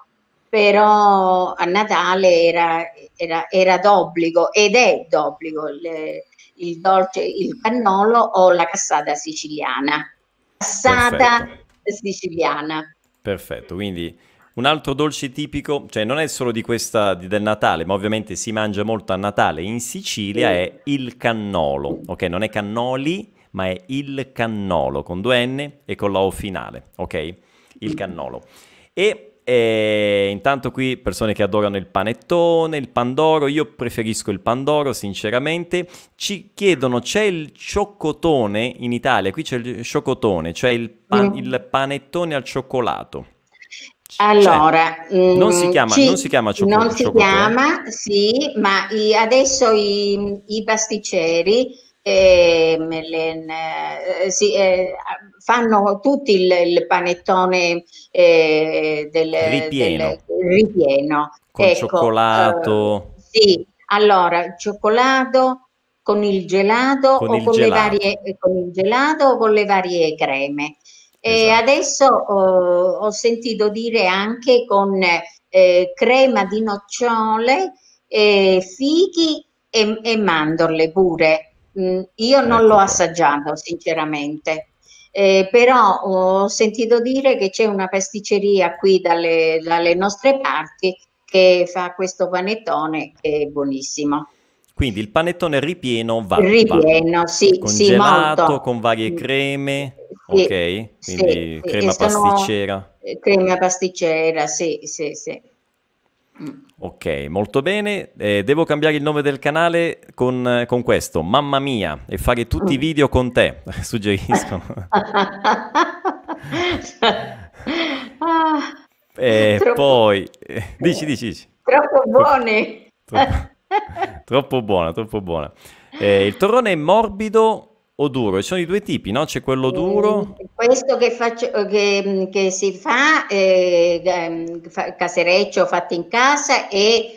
però a Natale era, era- era d'obbligo ed è d'obbligo il, il dolce, il cannolo o la cassata siciliana. Perfetto. Cassata siciliana. Perfetto, quindi un altro dolce tipico, cioè non è solo di questa di- del Natale, ma ovviamente si mangia molto a Natale in Sicilia, Sì. è il cannolo. Ok, non è cannoli, ma è il cannolo con due N e con la O finale. Ok? Il cannolo. E eh, intanto qui persone che adorano il panettone, il pandoro, io preferisco il pandoro sinceramente. Ci chiedono, c'è il cioccotone in Italia? Qui c'è il ciocotone, cioè il, pan- Mm. il panettone al cioccolato. C- C'è. Allora, Non si mm, chiama, non si ci- chiama non cioco- si ciocotone? chiama, sì, ma i- adesso i, i pasticceri ehm, le- eh, si, eh, fanno tutti il, il panettone eh, del, del Ripieno, ripieno. col Ecco, eh, cioccolato, sì, allora, il cioccolato con il gelato con o il con le gelato. varie, con il gelato o con le varie creme. E Esatto, adesso oh, ho sentito dire anche con eh, crema di nocciole, eh, fichi e, e mandorle pure. Mm, io non l'ho ecco qua. assaggiato, sinceramente. Eh, però ho sentito dire che c'è una pasticceria qui dalle, dalle nostre parti che fa questo panettone che è buonissimo. Quindi il panettone ripieno va, va. Ripieno, sì, Con sì, gelato, molto. con varie Mm, creme, sì, ok? sì, Quindi sì, e crema sono pasticcera. eh, crema pasticcera, sì, sì, sì. Mm. Ok, molto bene. Eh, devo cambiare il nome del canale con, con questo, Mamma Mia, e fare tutti i Mm. video con te, suggeriscono. Ah, E troppo, poi, eh, dici, dici, dici. troppo Tro- buoni. troppo, troppo buona, troppo buona. Eh, il torrone è morbido, o duro? Ci sono i due tipi, no? C'è quello Mm, duro. Questo che, faccio, che, che si fa, eh, ehm, fa- casereccio fatto in casa è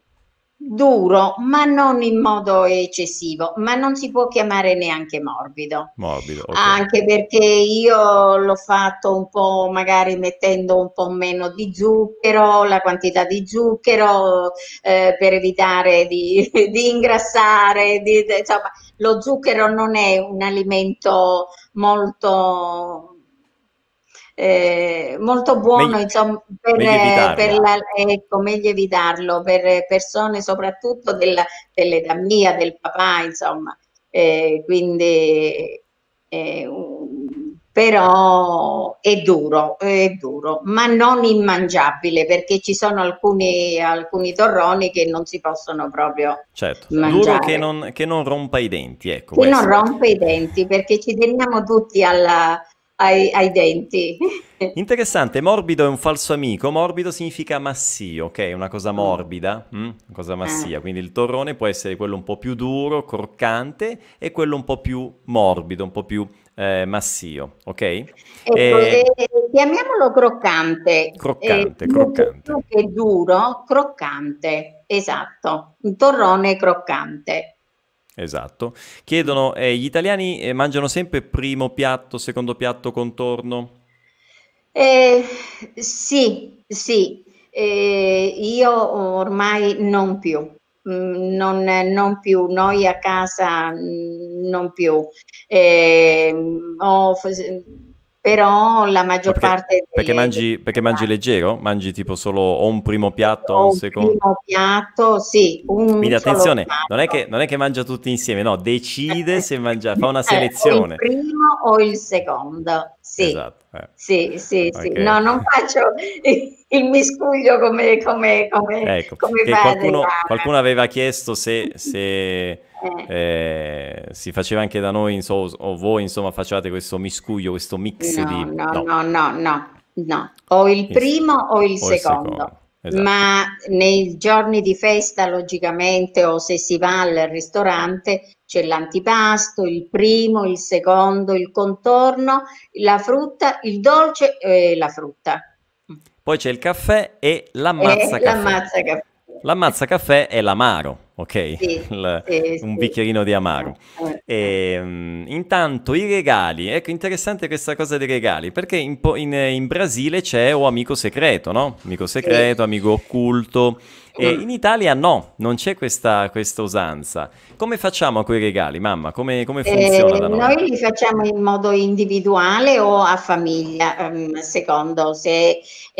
duro, ma non in modo eccessivo, ma non si può chiamare neanche morbido. Morbido, ok. Anche perché io l'ho fatto un po' magari mettendo un po' meno di zucchero, la quantità di zucchero, eh, per evitare di, di ingrassare, di- di- insomma, lo zucchero non è un alimento molto, eh, molto buono, Meglio, insomma, per, meglio eh, per evitarlo. la, ecco, meglio evitarlo per persone soprattutto della, dell'età mia, del papà, insomma. Eh, quindi, eh, un- però è duro, è duro, ma non immangiabile perché ci sono alcuni, alcuni torroni che non si possono proprio Certo, duro che mangiare. non, che non rompa i denti, ecco Che non questo. rompe i denti perché ci teniamo tutti alla- ai, ai denti. Interessante, morbido è un falso amico, morbido significa massio, ok? Una cosa Mm. morbida, mm? Una cosa Eh. massia, quindi il torrone può essere quello un po' più duro, croccante e quello un po' più morbido, un po' più eh, massio, ok? Ecco, eh, E chiamiamolo croccante, eh, croccante, più che, croccante, più che duro, croccante, esatto, un torrone croccante. esatto. Chiedono, eh, gli italiani eh, mangiano sempre primo piatto, secondo piatto, contorno? Eh, sì, sì, eh, io ormai non più, mm, non, non più, noi a casa mm, non più. Eh, ho- però la Ma maggior perché, parte perché delle, delle mangi, perché mangi leggero? Mangi tipo solo o un primo piatto o ho un un secondo? primo piatto, sì, un Quindi solo attenzione, non è che, piatto. non è che mangia tutti insieme, no, decide se mangia, fa una Eh, o il selezione. primo o il secondo, sì, Esatto, eh. sì, sì, sì. Ok. No, non faccio il miscuglio come, come, come, Ecco, come che padre. qualcuno, qualcuno aveva chiesto se, se, Eh, eh, si faceva anche da noi, inso- o voi insomma facevate questo miscuglio, questo mix No, di... no, No, no, no, no, no. O il ins- primo o il o il secondo, secondo. esatto. Ma nei giorni di festa, logicamente, o se si va al ristorante, c'è l'antipasto, il primo, il secondo, il contorno, la frutta, il dolce e la frutta. Poi c'è il caffè e E l'ammazza caffè. l'ammazza caffè. L'ammazza caffè è l'amaro, ok? Sì, Il- sì, un sì. bicchierino di Eh, amaro. eh, eh. E, mm, intanto i regali, ecco interessante questa cosa dei regali, perché in, po- in- in Brasile c'è o amico segreto, no? Amico Sì. segreto, amico occulto. E in Mm. Italia no, non c'è questa, questa usanza. Come facciamo con i regali, mamma? Come, come funziona Eh, da noi? noi li facciamo in modo individuale o a famiglia, ehm, secondo se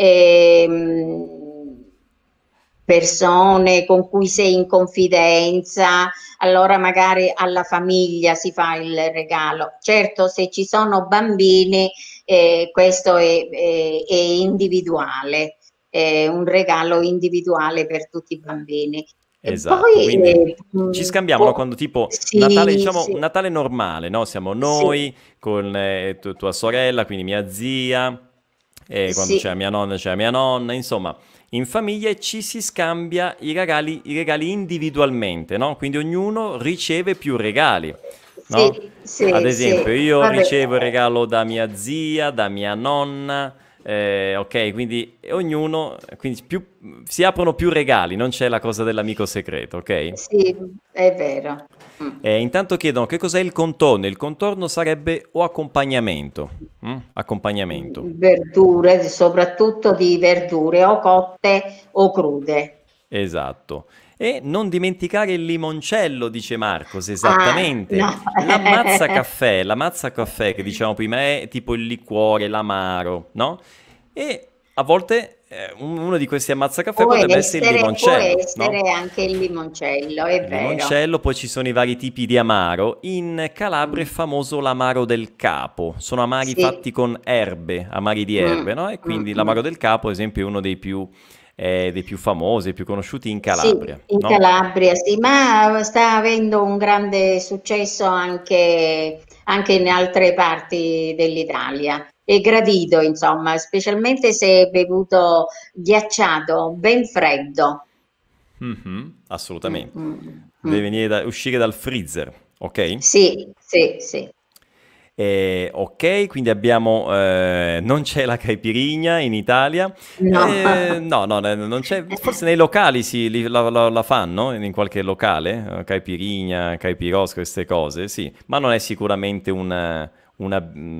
ehm, persone con cui sei in confidenza, allora magari alla famiglia si fa il regalo. Certo, se ci sono bambini, eh, questo è, è- è individuale, è un regalo individuale per tutti i bambini. E Esatto, poi quindi eh, ci mh, scambiamo, no? può- Quando tipo Natale, sì, diciamo un sì, Natale normale, no? Siamo sì, noi con eh, tu- tua sorella, quindi mia zia, e quando c'è sì, mia nonna c'è mia nonna, insomma, in famiglia e ci si scambia i regali, i regali individualmente, no? Quindi ognuno riceve più regali, no? sì, Ad sì, sì, esempio, io vabbè. ricevo il regalo da mia zia, da mia nonna, eh, ok, quindi ognuno, quindi più, si aprono più regali, non c'è la cosa dell'amico segreto, ok? Sì, è vero. Mm. Eh, intanto chiedono che cos'è il contorno. Il contorno sarebbe o accompagnamento. mm? Accompagnamento, Verdure, soprattutto di verdure o cotte o crude. esatto. E non dimenticare il limoncello, dice Marcos, Ah, esattamente. no. L'ammazza caffè, l'ammazza caffè che dicevamo prima è tipo il liquore, l'amaro, no? E a volte eh, un- uno di questi ammazzacaffè Può potrebbe essere il essere, può limoncello, essere no? anche il limoncello, è Il vero. limoncello, poi ci sono i vari tipi di amaro. In Calabria è Mm. famoso l'amaro del capo. Sono amari Sì. fatti con erbe, amari di erbe, Mm, no? E mm, quindi l'amaro mm. del capo, ad esempio, è uno dei più, eh, dei più famosi, più conosciuti in Sì, Calabria, in no? Calabria, sì, ma sta avendo un grande successo anche, anche in altre parti dell'Italia. È gradito, insomma, specialmente se è bevuto ghiacciato, ben freddo. Mhm, Mm, assolutamente. mm, Deve mm. venire da- uscire dal freezer, ok? Sì, sì, sì. Eh, ok, quindi abbiamo, eh, non c'è la caipirinha in Italia. No. Eh, no, no, ne- non c'è, forse nei locali si, li- la, la- la fanno, in qualche locale, eh, caipirinha, caipirosca, queste cose, sì, ma non è sicuramente una, una,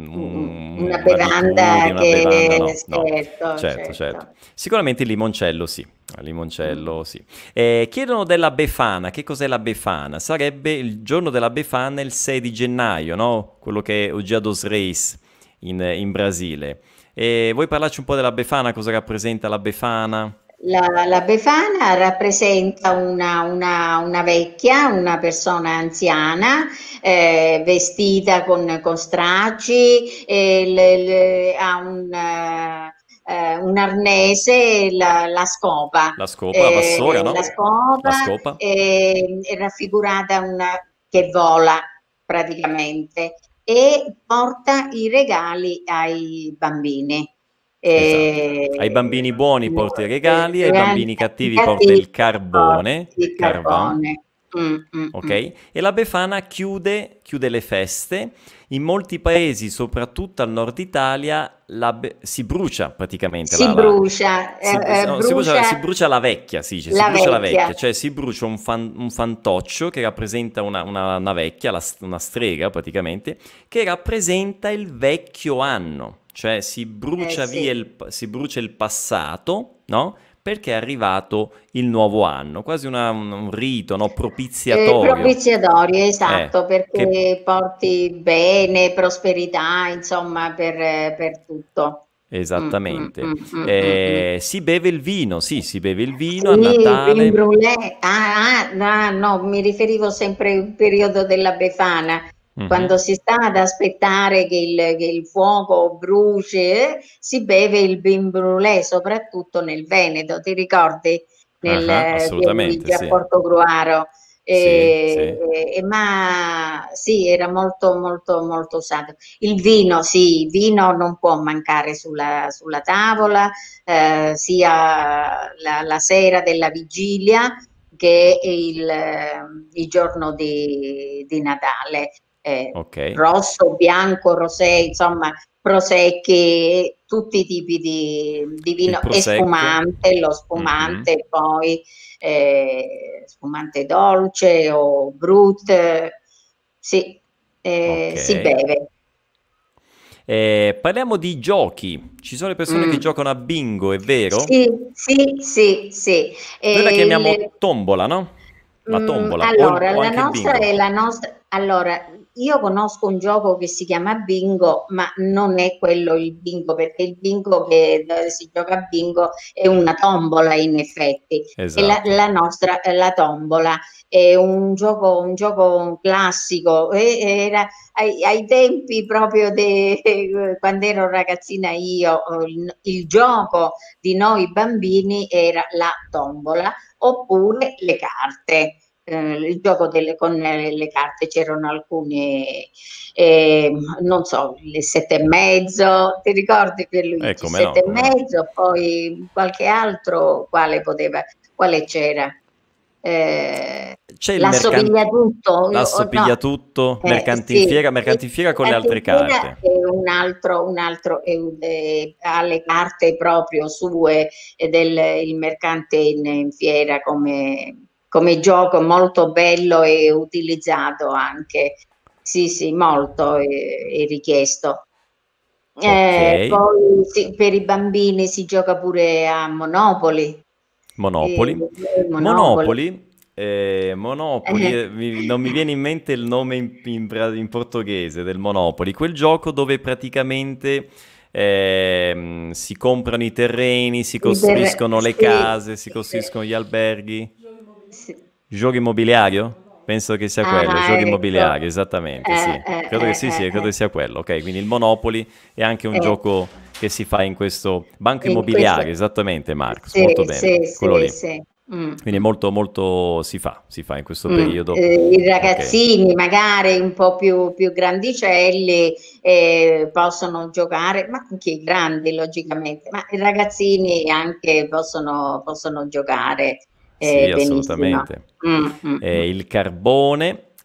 Una un- un'abitudine, bevanda una bevanda, che, no, no, certo, certo, certo. certo. Sicuramente il limoncello sì, il Mm. limoncello sì. Eh, chiedono della Befana, che cos'è la Befana? Sarebbe il giorno della Befana il sei di gennaio, no? Quello che è o Dia dos Reis in, in Brasile. E vuoi parlarci un po' della Befana, cosa rappresenta la Befana? La, la Befana rappresenta una, una- una vecchia, una persona anziana, eh, vestita con, con stracci, e le- le- ha un, eh, eh, un arnese, la, la scopa. La scopa, la vassoia, Eh, la no? La scopa scopa? è, è raffigurata una che vola praticamente e porta i regali ai bambini. Esatto. Ai Eh, bambini buoni no, porta i eh, regali, ai eh, bambini i cattivi porta cattivi il carbone, porti il carvan, carbone. Mm, mm, ok? mm. E la Befana chiude, chiude le feste. In molti paesi, soprattutto al nord Italia, la be- si brucia praticamente Si la, la- brucia, si, eh, eh, no, si brucia, brucia si brucia la vecchia, si dice, si la brucia la vecchia. vecchia, cioè si brucia un, fan- un fantoccio che rappresenta una, una- una vecchia, la- una strega praticamente, che rappresenta il vecchio anno, cioè si Eh brucia via sì. il, si brucia il passato, no? Perché è arrivato il nuovo anno, quasi una- un, un rito, no? Eh, Propiziatorio. propiziatorio, Eh, esatto, che perché porti bene, prosperità, insomma, per, per tutto. Mm, mm, esattamente. mm, mm, mm, mm. Eh, si beve il vino, sì, si beve il vino a Sì, vin Natale. brulè. Ah, ah, no, no, mi riferivo sempre al periodo della Befana, Mhm. quando si sta ad aspettare che il, che il fuoco bruci, eh, si beve il vin brulè, soprattutto nel Veneto, ti ricordi? Ah, Nel ah, eh, via assolutamente, Luigi a sì. Portogruaro. Sì, E, sì. e- ma sì, era molto, molto, molto usato. Il vino, sì, il vino non può mancare sulla, sulla tavola, eh, sia la, la sera della vigilia che il, eh, il giorno di, di Natale. Eh, Ok. rosso, bianco, rosé, insomma, prosecchi, tutti i tipi di, di Il vino e prosecco. spumante, lo Mhm. spumante poi, eh, spumante dolce o brut, eh, sì, eh, Ok. si beve. Eh, parliamo di giochi. Ci sono le persone che Mm. giocano a bingo, è vero? Sì, sì, sì, sì. Noi la E il- chiamiamo tombola, no? La Mm, tombola o, il- allora, o la anche il nostra bingo. è la nostra. Allora, io conosco un gioco che si chiama Bingo, ma non è quello il bingo, perché il bingo che dove si gioca a bingo è una tombola in effetti. E la, Esatto. la nostra è la tombola, è un gioco, un gioco classico. e- Era ai, ai tempi proprio de, quando ero ragazzina io, il, il gioco di noi bambini era la tombola oppure le carte. Eh, il gioco delle, con le, le carte c'erano alcune, eh, non so, le sette e mezzo, ti ricordi Eh, Pierluigi? come no, Sette e come no. mezzo, poi qualche altro, quale poteva, quale c'era? Eh, C'è il mercante... l'assomigliatutto, io- oh, no, L'assopigliatutto, eh, mercante in sì, fiera, mercante in fiera con le altre Argentina carte. è un altro, un altro è un- eh, ha le carte proprio sue e del il mercante in, in fiera come, come gioco molto bello e utilizzato anche. Sì, sì, molto è, è richiesto. Ok. Eh, poi sì, per i bambini si gioca pure a Monopoli. Eh, Monopoli. Monopoli. Monopoli, eh, Monopoli, Eh, eh, mi- non mi viene in mente il nome in, in bra- in portoghese del Monopoli, quel gioco dove praticamente ehm, si comprano i terreni, si i ter- costruiscono le sì, case, si eh, costruiscono gli alberghi. sì. Gioco immobiliario? Penso che sia quello, Ah, gioco ecco. immobiliare, esattamente, Eh, sì. eh, Credo che eh, sì, sì, eh, credo che eh. sia quello. Ok, quindi il Monopoli è anche un Eh, gioco che si fa in questo banco in questo, immobiliare, esattamente, Marcos, molto sì, bene, sì, quello sì, lì. sì. Mm, Quindi mm, molto, molto si fa, si fa in questo mm. periodo. Eh, I Ok. ragazzini, magari un po' più, più grandicelli, eh, possono giocare, ma anche i grandi, logicamente, ma i ragazzini anche possono, possono giocare Sì, eh, benissimo. assolutamente. Mm, mm, mm. Eh, il carbone,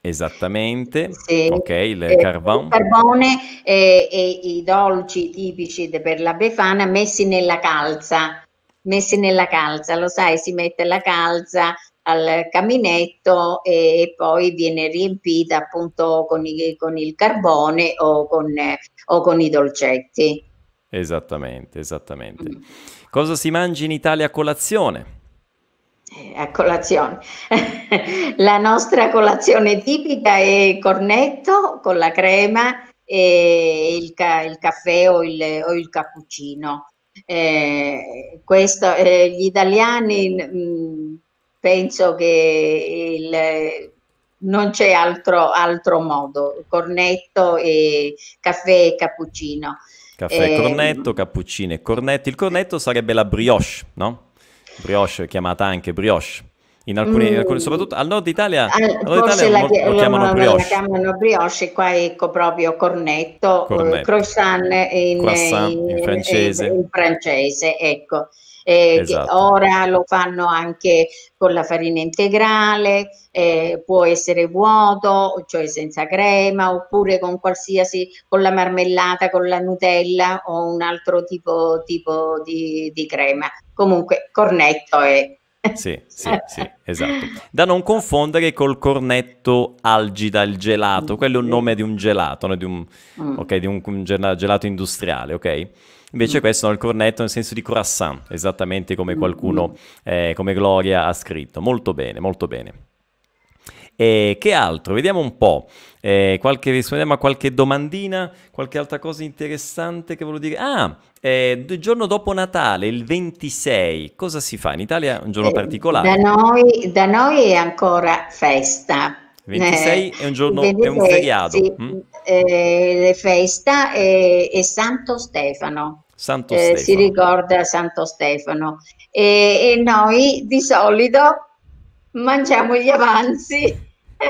Esattamente, Sì, ok, il eh, il carvão. carbone e, e i dolci tipici de- per la Befana messi nella calza, messi nella calza, lo sai, si mette la calza al caminetto e, e poi viene riempita appunto con, i- con il carbone o con, eh, o con i dolcetti. Esattamente, esattamente. Mm. Cosa si mangia in Italia a colazione? Eh, A colazione. La nostra colazione tipica è cornetto con la crema e il, ca- il caffè o il, o il cappuccino. Eh, questo, eh, gli italiani, mh, penso che il- non c'è altro, altro modo, cornetto e caffè e cappuccino. Caffè Eh, cornetto, cappuccino e cornetti. Il cornetto sarebbe la brioche, no? Brioche, chiamata anche brioche. In alcuni, in alcuni- Mm, soprattutto al nord Italia, al- al nord Italia forse la, mol- chia- lo chiamano lo- la brioche, chiamano brioche, qua ecco proprio cornetto, eh, cornetto. croissant in, Croissant in- in in- francese, in francese, ecco. Eh, che esatto. ora lo fanno anche con la farina integrale, eh, può essere vuoto, cioè senza crema, oppure con qualsiasi, con la marmellata, con la Nutella o un altro tipo, tipo di, di crema. Comunque, cornetto è. Sì, sì, sì, esatto. Da non confondere col cornetto algida, il gelato. Quello è un nome di un gelato, no? Di un, Mm, ok, di un, un gela- gelato industriale, ok? Invece mm, questo è il cornetto nel senso di croissant, esattamente come mm, qualcuno, mm. eh, come Gloria ha scritto. Molto bene, molto bene. E che altro? Vediamo un po'. Eh, qualche, rispondiamo a qualche domandina, qualche altra cosa interessante che volevo dire. Ah, eh, il giorno dopo Natale, il ventisei, cosa si fa? In Italia è un giorno Eh, da particolare. noi, da noi è ancora festa. Il Eh, ventisei è un il giorno, è un ventisei, feriado. sì, Mm? eh, festa e, e Santo Stefano. Santo Eh, si Stefano. ricorda Santo Stefano. E, e noi di solito mangiamo gli avanzi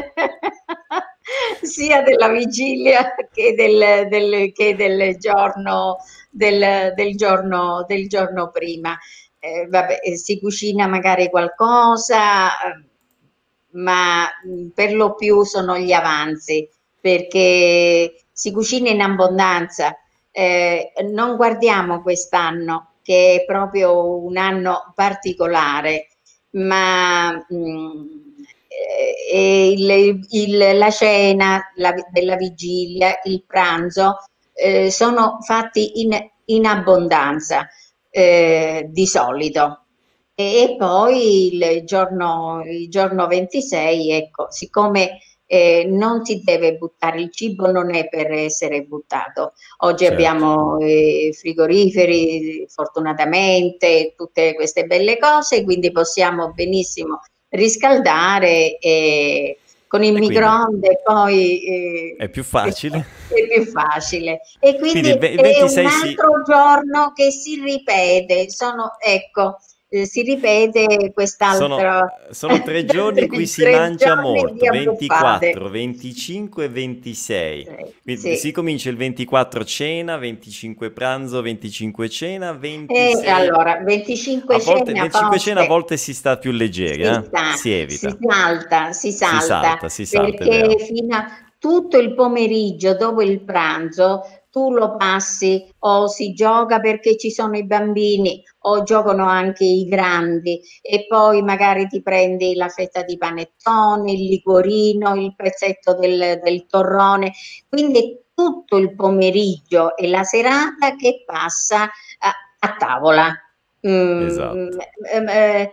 sia della vigilia che del, del- che del giorno, del, del giorno, del giorno prima. Eh, vabbè, eh, si cucina magari qualcosa, eh, ma mh, per lo più sono gli avanzi, perché si cucina in abbondanza. Eh, non guardiamo quest'anno, che è proprio un anno particolare, ma mh, eh, il- il- la cena la- della vigilia, il pranzo, eh, sono fatti in, in abbondanza, eh, di solito. E poi il giorno, il giorno ventisei, ecco, siccome eh, non si deve buttare il cibo, non è per essere buttato. Oggi Certo. abbiamo eh, frigoriferi, fortunatamente, tutte queste belle cose, quindi possiamo benissimo riscaldare e con il E quindi microonde poi eh, è più facile. è più facile. E Quindi quindi il ve- il è un ventisei si... altro giorno che si ripete, sono, ecco, eh, si ripete Sono, quest'altro sono tre giorni in cui tre, si tre mangia giorni di molto, abbuffate. ventiquattro, venticinque e ventisei. Sì, Quindi si sì. comincia il ventiquattro cena, venticinque pranzo, venticinque cena, E ventisei... allora, A venticinque volte, cene a venticinque cena a poste. volte si sta più leggeri, Si eh? sta, Si si evita. salta, si Si salta, salta, si salta, è perché vero. fino a tutto il pomeriggio dopo il pranzo tu lo passi o si gioca perché ci sono i bambini o giocano anche i grandi e poi magari ti prendi la fetta di panettone, il liquorino, il pezzetto del, del torrone, quindi tutto il pomeriggio e la serata che passa a, a tavola. Mm, Esatto. ehm, eh,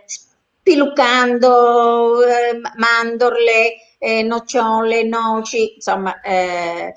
Spiluccando eh, mandorle, eh, nocciole, noci, insomma, eh,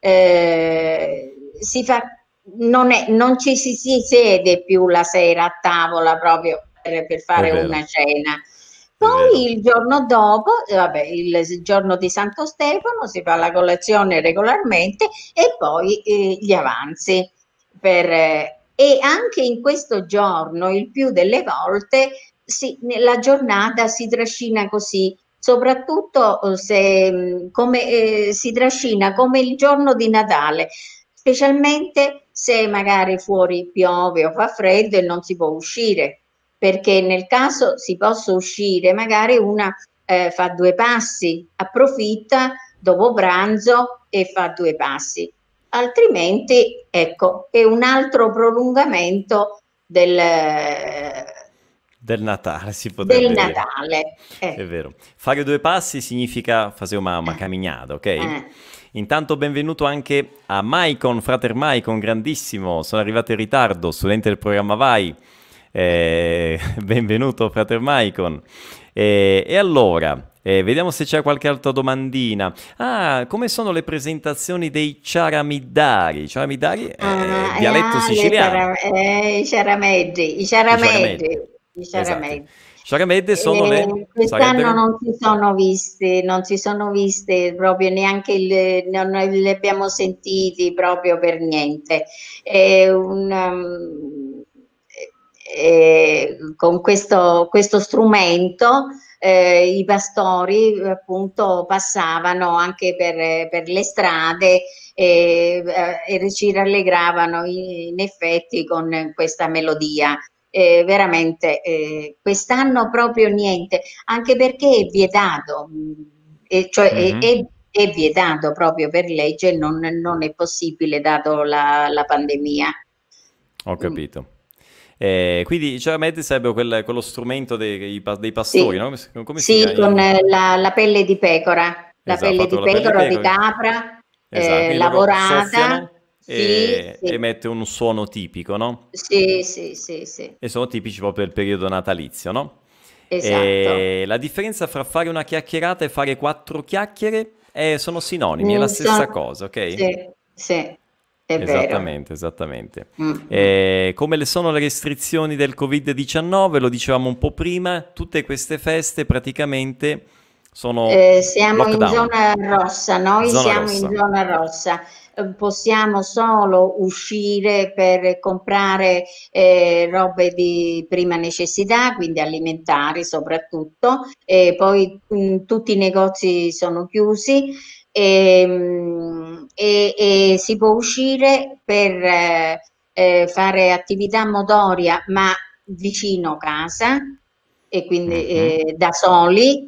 eh, si fa, non, è, non ci si, si siede più la sera a tavola proprio per, per È fare vero, una cena. è vero. Poi il giorno dopo, eh, vabbè, il giorno di Santo Stefano, si fa la colazione regolarmente e poi eh, gli avanzi. Per, eh, e anche in questo giorno, il più delle volte, si, la giornata si trascina così, soprattutto eh, se mh, come, eh, si trascina come il giorno di Natale, specialmente se magari fuori piove o fa freddo e non si può uscire, perché nel caso si possa uscire, magari una eh, fa due passi, approfitta dopo pranzo e fa due passi. Altrimenti, ecco, è un altro prolungamento del, del Natale, si potrebbe del dire. Natale. Eh. È vero. Fare due passi significa fare una, una camminata, ok? Eh. Intanto benvenuto anche a Maicon, frater Maicon, grandissimo. Sono arrivato in ritardo, studente del programma Vai. Eh, benvenuto, frater Maicon. Eh, e allora... Eh, vediamo se c'è qualche altra domandina. Ah, come sono le presentazioni dei ciaramidari? Ciaramidari è Ah, dialetto ah, siciliano. Ciara, eh, i ciarameddi, i ciarameddi, i ciarameddi. Esatto. Ciaramedde sono le... Eh, quest'anno non si sono visti, non si sono viste proprio neanche, il, non li abbiamo sentiti proprio per niente. È un, um, eh, con questo, questo strumento eh, i pastori appunto passavano anche per, per le strade e, eh, e ci rallegravano in, in effetti con questa melodia. Eh, veramente eh, quest'anno proprio niente, anche perché è vietato, eh, cioè mm-hmm. è, è, è vietato proprio per legge, non, non è possibile dato la, la pandemia. Ho capito. Mm. Eh, quindi ciaramedde sarebbe quel, quello strumento dei, dei pastori, sì. no? Come sì, si chiama? con la, la pelle di pecora, la esatto, pelle di pecora o di capra, esatto, eh, lavorata. E, sì, sì. emette un suono tipico, no? Sì, sì, sì, sì. E sono tipici proprio del periodo natalizio, no? Esatto. E la differenza fra fare una chiacchierata e fare quattro chiacchiere è, sono sinonimi, è la stessa sono... cosa, ok? Sì, sì. È esattamente, vero. esattamente. Mm-hmm. Eh, come le sono le restrizioni del covid diciannove, lo dicevamo un po' prima, tutte queste feste praticamente sono eh, siamo lockdown. in zona rossa, noi zona siamo rossa. in zona rossa. Possiamo solo uscire per comprare eh, robe di prima necessità, quindi alimentari soprattutto, e poi mh, tutti i negozi sono chiusi e, e, e si può uscire per eh, fare attività motoria ma vicino casa e quindi mm-hmm. eh, da soli.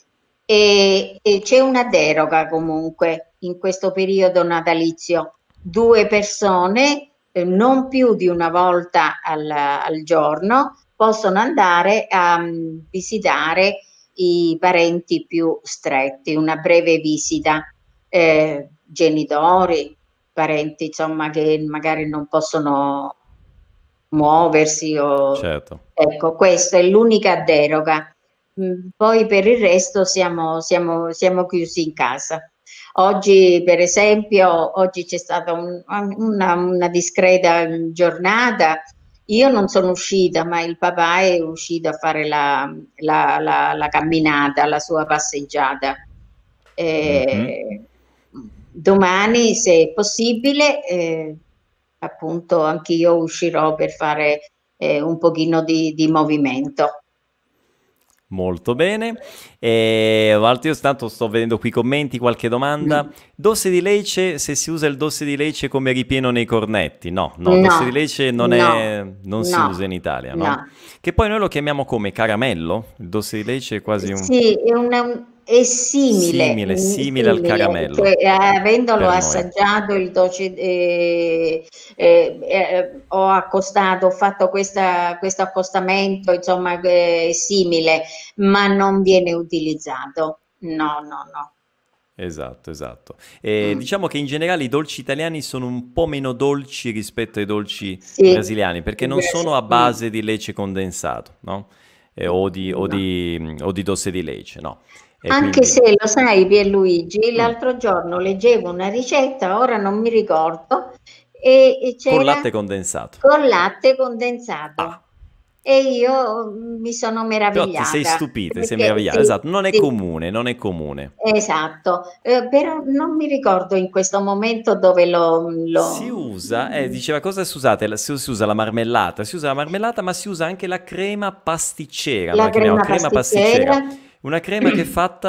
E, e c'è una deroga comunque in questo periodo natalizio, due persone eh, non più di una volta al, al giorno possono andare a um, visitare i parenti più stretti, una breve visita, eh, genitori, parenti insomma che magari non possono muoversi o... certo. Ecco, questa è l'unica deroga. Poi per il resto siamo, siamo, siamo chiusi in casa. Oggi, per esempio, oggi c'è stata un, una, una discreta giornata. Io non sono uscita, ma il papà è uscito a fare la, la, la, la camminata, la sua passeggiata. Eh, mm-hmm. Domani, se è possibile, eh, appunto, anch'io uscirò per fare eh, un pochino di, di movimento. Molto bene. E io tanto sto vedendo qui commenti, qualche domanda. Dosse di leche, se si usa il dosse di leche come ripieno nei cornetti? No, no, no dosse di leche non, no, è, non no, si usa in Italia, no? no? Che poi noi lo chiamiamo come caramello? Il dosse di leche è quasi un... Sì, è, una, è simile. Simile, simile, simile al caramello. Cioè, eh, avendolo assaggiato il dolce, eh, eh, eh, ho accostato, ho fatto questa, questo accostamento, insomma, è simile, ma non viene utilizzato. No, no, no. Esatto, esatto. E mm. Diciamo che in generale i dolci italiani sono un po' meno dolci rispetto ai dolci sì, brasiliani, perché non sono a base mm. di leche condensato, no? Eh, o, di, no. o, di, o di dosse di leche, no? E anche quindi... se lo sai, Pierluigi, mm. l'altro giorno leggevo una ricetta, ora non mi ricordo, e, e c'era... Con latte condensato. Con latte condensato. Ah. E io mi sono meravigliata. Però ti sei stupita, sei meravigliata, sì, esatto, non è sì. comune, non è comune. Esatto, eh, però non mi ricordo in questo momento dove lo... lo... Si usa, eh, diceva cosa si usate? Si, si usa la marmellata, si usa la marmellata, ma si usa anche la crema pasticcera, la la crema, crema pasticcera. pasticcera. Una crema che è fatta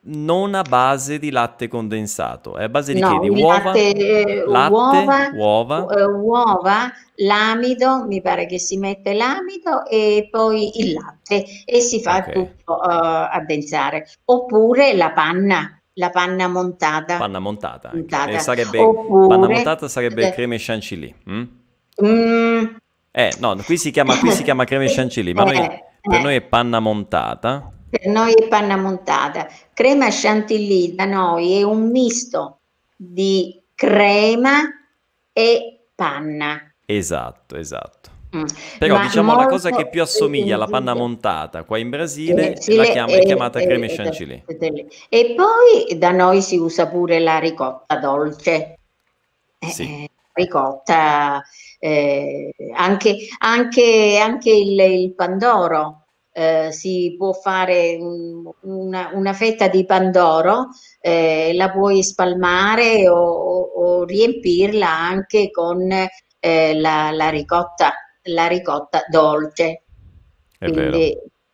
non a base di latte condensato, è a base di che? No, Di il uova? latte, eh, Latte, uova, uova, eh, uova, l'amido, mi pare che si mette l'amido e poi il latte e si fa ok. tutto eh, addensare. Oppure la panna, la panna montata, Panna montata anche. E montata. sarebbe, panna Oppure, montata sarebbe eh, creme chantilly. Mm? mm, Eh, no, qui si chiama, qui si chiama creme chantilly, ma noi, eh, per noi eh, è panna montata. per noi è panna montata. Crema chantilly da noi è un misto di crema e panna. Esatto, esatto. Mm. Però Ma diciamo la cosa che molto più assomiglia alla panna eh, montata qua in Brasile è, la Brasile chiama- è e, chiamata creme e- chantilly. e- e poi da noi si usa pure la ricotta dolce. Eh, Sì, eh, ricotta, eh, anche, anche, anche il, il pandoro, eh, si può fare un- una, una fetta di pandoro, eh, la puoi spalmare o, o- o riempirla anche con eh, la, la ricotta, la ricotta dolce. è vero, Quindi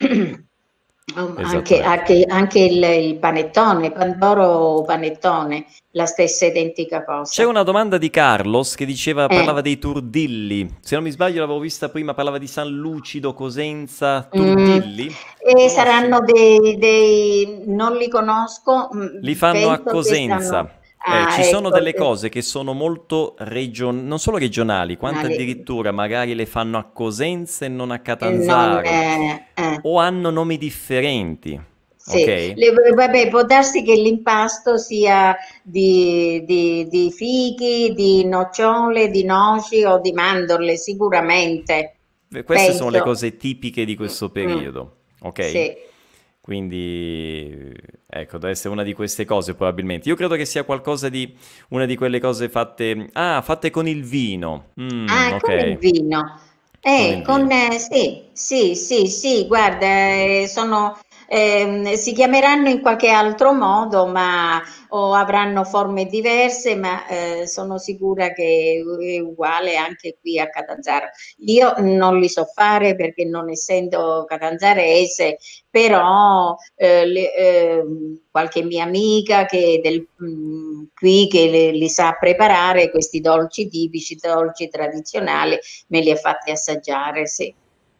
um, anche, esattamente. anche- anche il, il panettone, pandoro panettone, la stessa identica C'è cosa. una domanda di Carlos che diceva, Eh, parlava dei turdilli. Se non mi sbaglio l'avevo vista prima, parlava di San Lucido, Cosenza, mm, turdilli. e Conosci? saranno dei, dei, non li conosco, Li mm, fanno a penso che stanno, Cosenza. Eh, ah, ci sono ecco, delle eh, cose che sono molto regionali, non solo regionali, quanto ali- addirittura magari le fanno a Cosenza e non a eh, non, Catanzaro, eh, eh. o hanno nomi differenti, Sì, ok? le- vabbè, può darsi che l'impasto sia di, di- di fichi, di nocciole, di noci o di mandorle, sicuramente, Eh, Queste sono le penso. cose tipiche di Mm, questo mm, periodo, ok? sì. Quindi, ecco, deve essere una di queste cose probabilmente. Io credo che sia qualcosa di, una di quelle cose fatte, ah, fatte con il vino. Mm, Ah, con il ok, vino. con Eh, il con, vino. eh, sì, sì, sì, sì, guarda, eh, sono, ehm, si chiameranno in qualche altro modo, ma o avranno forme diverse, ma eh, sono sicura che è uguale anche qui a Catanzaro. Io non li so fare perché non essendo catanzarese, però eh, le- ehm, qualche mia amica che del, mh, qui che le- li sa preparare questi dolci tipici, dolci tradizionali, me li ha fatti assaggiare, sì.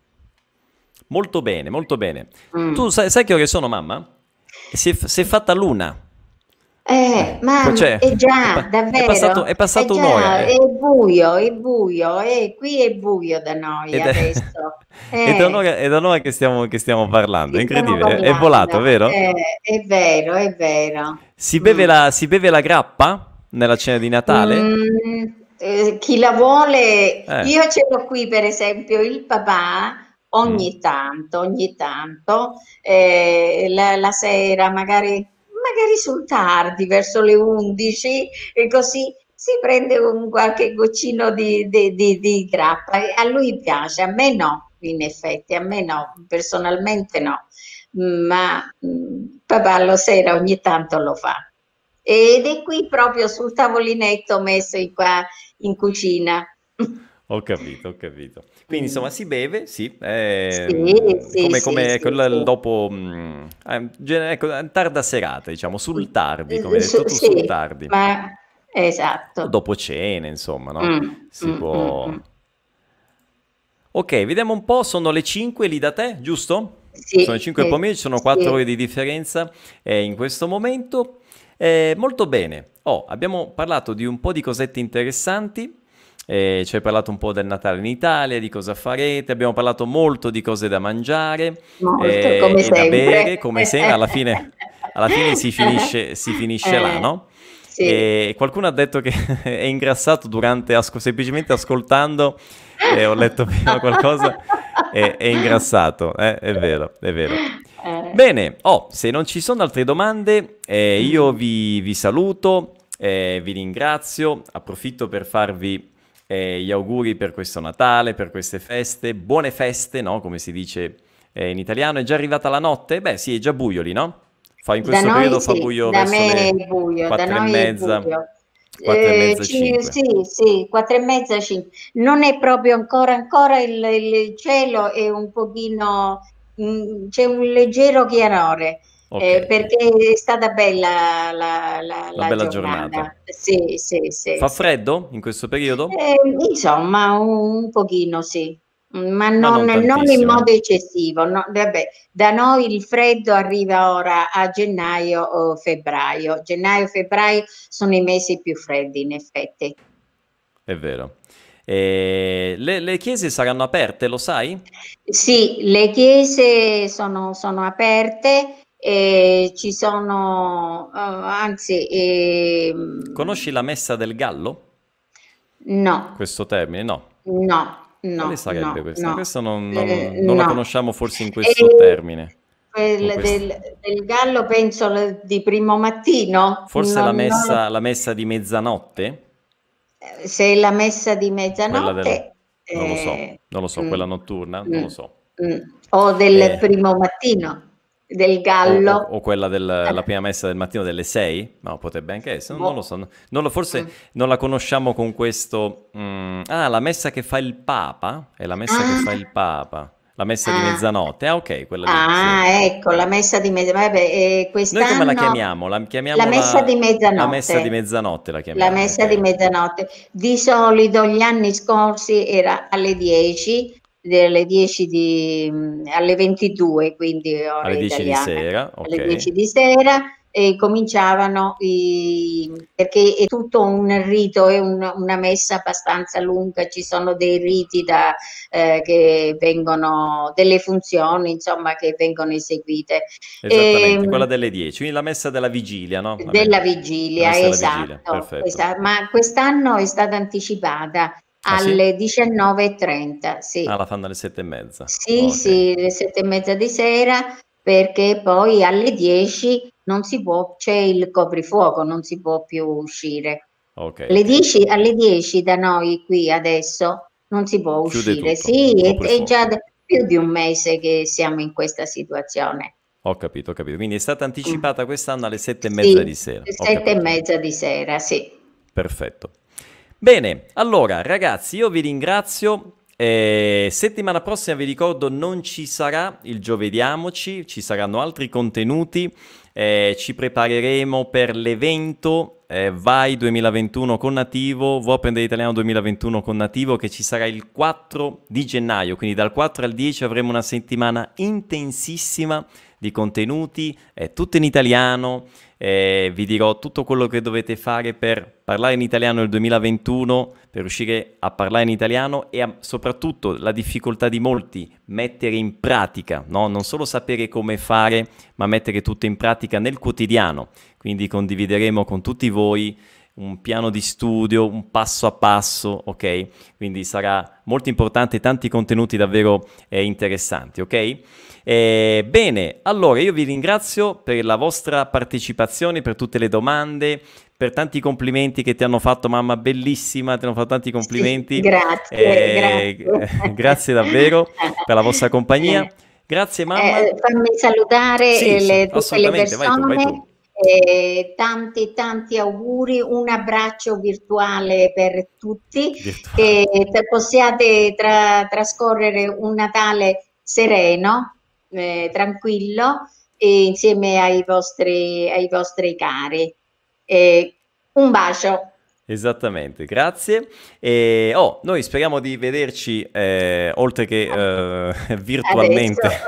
Molto bene, molto bene. Tu Mm. sai, sai che ore sono, mamma? Si è, si è fatta l'una. Eh, Eh, qua mamma, c'è, è è, già, pa- è passato, davvero, è è passata un'ora, già, è eh. buio, è buio, eh, qui è buio da noi Ed è, adesso. è da Eh, un'ora, è da un'ora che stiamo, che stiamo parlando, è che stiamo incredibile, è, è volato, parlando? vero? Eh, è vero, è vero. Si beve Mm. la, si beve la grappa nella cena di Natale? Mm, eh, chi la vuole, Eh, io ce l'ho qui per esempio il papà mm, ogni tanto, ogni tanto, eh, la, la sera, magari, magari sul tardi, verso le undici, e così si prende un qualche goccino di, di- di- di grappa. E a lui piace, a me no, in effetti, a me no, personalmente no, ma mm, papà la sera ogni tanto lo fa. Ed è qui proprio sul tavolinetto messo in qua in cucina. ho capito, ho capito. Quindi insomma Mm. si beve, sì, Sì, ehm, sì, come, sì, come ecco, sì, il, il sì. dopo, mm, eh, gen- ecco, eh, tarda serata, diciamo, sul tardi, come Eh, hai detto su- tu, sul sì, tardi. ma O esatto. dopo cena, insomma, no? Mm, Si mm, mm, può... mm. Ok, vediamo un po', sono le cinque lì da te, giusto? Sono le Sì, cinque del eh, pomeriggio, ci sono quattro ore sì. di differenza eh, in questo momento. Eh, molto bene. Oh, abbiamo parlato di un po' di cosette interessanti. Eh, ci hai parlato un po' del Natale in Italia, di cosa farete. Abbiamo parlato molto di cose da mangiare Molto, eh, come e da bere, sempre. come sempre. Alla fine, alla fine si finisce, si finisce là, Eh, no? sì. E qualcuno ha detto che è ingrassato durante, asco- semplicemente ascoltando, eh, ho letto prima qualcosa, è, è ingrassato, eh, è vero, è vero. Eh, Bene, oh, se non ci sono altre domande, eh, io mm. vi, vi saluto, eh, vi ringrazio, approfitto per farvi eh, gli auguri per questo Natale, per queste feste, buone feste, no? Come si dice eh, in italiano. È già arrivata la notte? Beh, sì, è già buio lì, no? Fa, in Da questo noi periodo fa sì, buio da verso me è le buio, da quattro e noi è mezza, buio. quattro e Eh, mezza, ci- cinque. sì, sì, quattro e mezza, cinque. Non è proprio ancora, ancora il, il cielo è un pochino, mm, c'è un leggero chiarore, eh, Ok, perché è stata bella la, la- una la bella giornata. giornata. Sì, sì, sì, Fa sì. freddo in questo periodo? Eh, insomma, un, un pochino sì, ma Ma non, non non in tantissimo, eh? modo eccessivo. No, vabbè, da noi il freddo arriva ora a gennaio o febbraio. Gennaio e febbraio sono i mesi più freddi, in effetti. È vero. E le, le chiese saranno aperte, lo sai? Sì, le chiese sono, sono aperte, e ci sono, eh, anzi, Conosci la ehm, messa del gallo? no, Questo termine? No. no, Quale no, sarebbe no, questa? no, Questa non, eh, non- non la no. conosciamo forse in questo E termine. Con quel quest- del, del gallo penso l- di primo mattino, Forse la non, non lo- messa, la messa di mezzanotte? eh, se è la messa di Quella del... mezzanotte, Non lo so, eh, non lo so, mm, quella notturna? Non lo mm, so. mm. O del Eh, primo mattino, del o, o- gallo. o quella della Eh, prima messa del mattino delle sei? No, potrebbe anche essere, non, non lo boh, so. non- non lo- forse mm. non la conosciamo con questo... mm, ah, la messa che fa il Papa? È la messa che Ah, fa il Papa. La messa di ah, mezzanotte. Ah, ok, quella lì, sì. ah, ecco, la messa di mezzanotte. Vabbè, eh, Noi come la quest'anno chiamiamo? La la messa di chiamiamola la messa di mezzanotte. mezzanotte, la La chiamiamo, messa di ok. mezzanotte. Di solito gli anni scorsi era alle dieci, dalle dieci di, mh, alle ventidue, quindi ore Alle dieci di italiane, sera, alle ok. dieci di sera, e cominciavano i, perché è tutto un rito, è un- una messa abbastanza lunga, ci sono dei riti da, eh, che vengono, delle funzioni, insomma, che vengono eseguite. Esattamente, Ehm, quella delle dieci, quindi la messa della vigilia, no? La, me- della la vigilia, messa della vigilia, esatto, perfetto. esa- ma quest'anno è stata anticipata Ah sì? alle diciannove e trenta, Ah, sì. la fanno alle sette e mezza. Sì, Ok, sì, le sette e mezza di sera, perché poi alle dieci non si può, c'è il coprifuoco, non si può più uscire. ok, Alle ok. dieci, alle dieci da noi qui adesso non si può Chiude uscire. tutto, Sì, è, è già coprifuoco. da più di un mese che siamo in questa situazione. Ho capito, ho capito. Quindi è stata Mm. anticipata quest'anno alle sette e mezza di Sì, sera. Ho sette e capito. mezza di sera, sì. Perfetto. Bene, allora ragazzi, io vi ringrazio. Eh, settimana prossima vi ricordo non ci sarà il Giovediamoci, ci saranno altri contenuti. Eh, ci prepareremo per l'evento eh, Vai duemilaventuno con Nativo, Vuoi apprendere italiano duemilaventuno con Nativo, che ci sarà il quattro di gennaio, quindi dal quattro al dieci avremo una settimana intensissima di contenuti, eh, tutto in italiano. Eh, vi dirò tutto quello che dovete fare per parlare in italiano nel duemilaventuno, per riuscire a parlare in italiano e a- soprattutto la difficoltà di molti, mettere in pratica, no? Non solo sapere come fare, ma mettere tutto in pratica nel quotidiano. Quindi condivideremo con tutti voi un piano di studio, un passo a passo, ok? Quindi sarà molto importante, tanti contenuti davvero eh, interessanti, ok? Eh, bene, allora io vi ringrazio per la vostra partecipazione, per tutte le domande, per tanti complimenti che ti hanno fatto, mamma, bellissima, ti hanno fatto tanti Sì, complimenti. grazie, Eh, grazie. grazie davvero per la vostra compagnia. Eh, Grazie, mamma. eh, fammi salutare Sì, eh, sì, le- tutte le assolutamente, vai tu, vai tu. persone, eh, tanti tanti auguri, un abbraccio virtuale per tutti, Virtuale. che te- possiate tra- trascorrere un Natale sereno, eh, tranquillo, e insieme ai vostri, ai vostri cari. Eh, un bacio. Esattamente, grazie. E oh, noi speriamo di vederci eh, oltre che eh, Adesso virtualmente,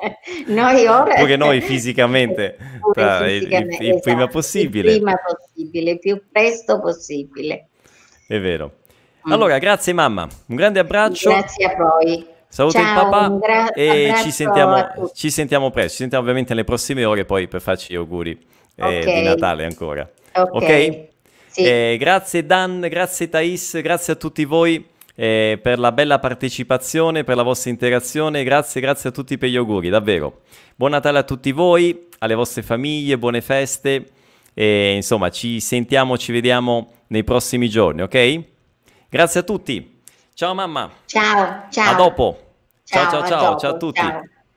noi ora pure noi fisicamente, pure tra il, il- fisicamente, il prima esatto, il possibile. prima possibile, il più presto possibile. È vero. Mm. Allora, grazie mamma, un grande abbraccio, Grazie a voi. saluto il Ciao, un papà gra- e ci abbraccio a sentiamo, tutti. ci sentiamo presto, ci sentiamo ovviamente nelle prossime ore poi per farci gli auguri Ok, eh, di Natale ancora. ok, Ok? sì, Eh, grazie Dan, grazie Thais, grazie a tutti voi eh, per la bella partecipazione, per la vostra interazione, grazie, grazie a tutti per gli auguri, davvero. Buon Natale a tutti voi, alle vostre famiglie, buone feste e insomma ci sentiamo, ci vediamo nei prossimi giorni, ok? Grazie a tutti. Ciao mamma, ciao, a ciao, dopo. Ciao ciao, ciao a ciao, ciao a dopo, tutti. ciao.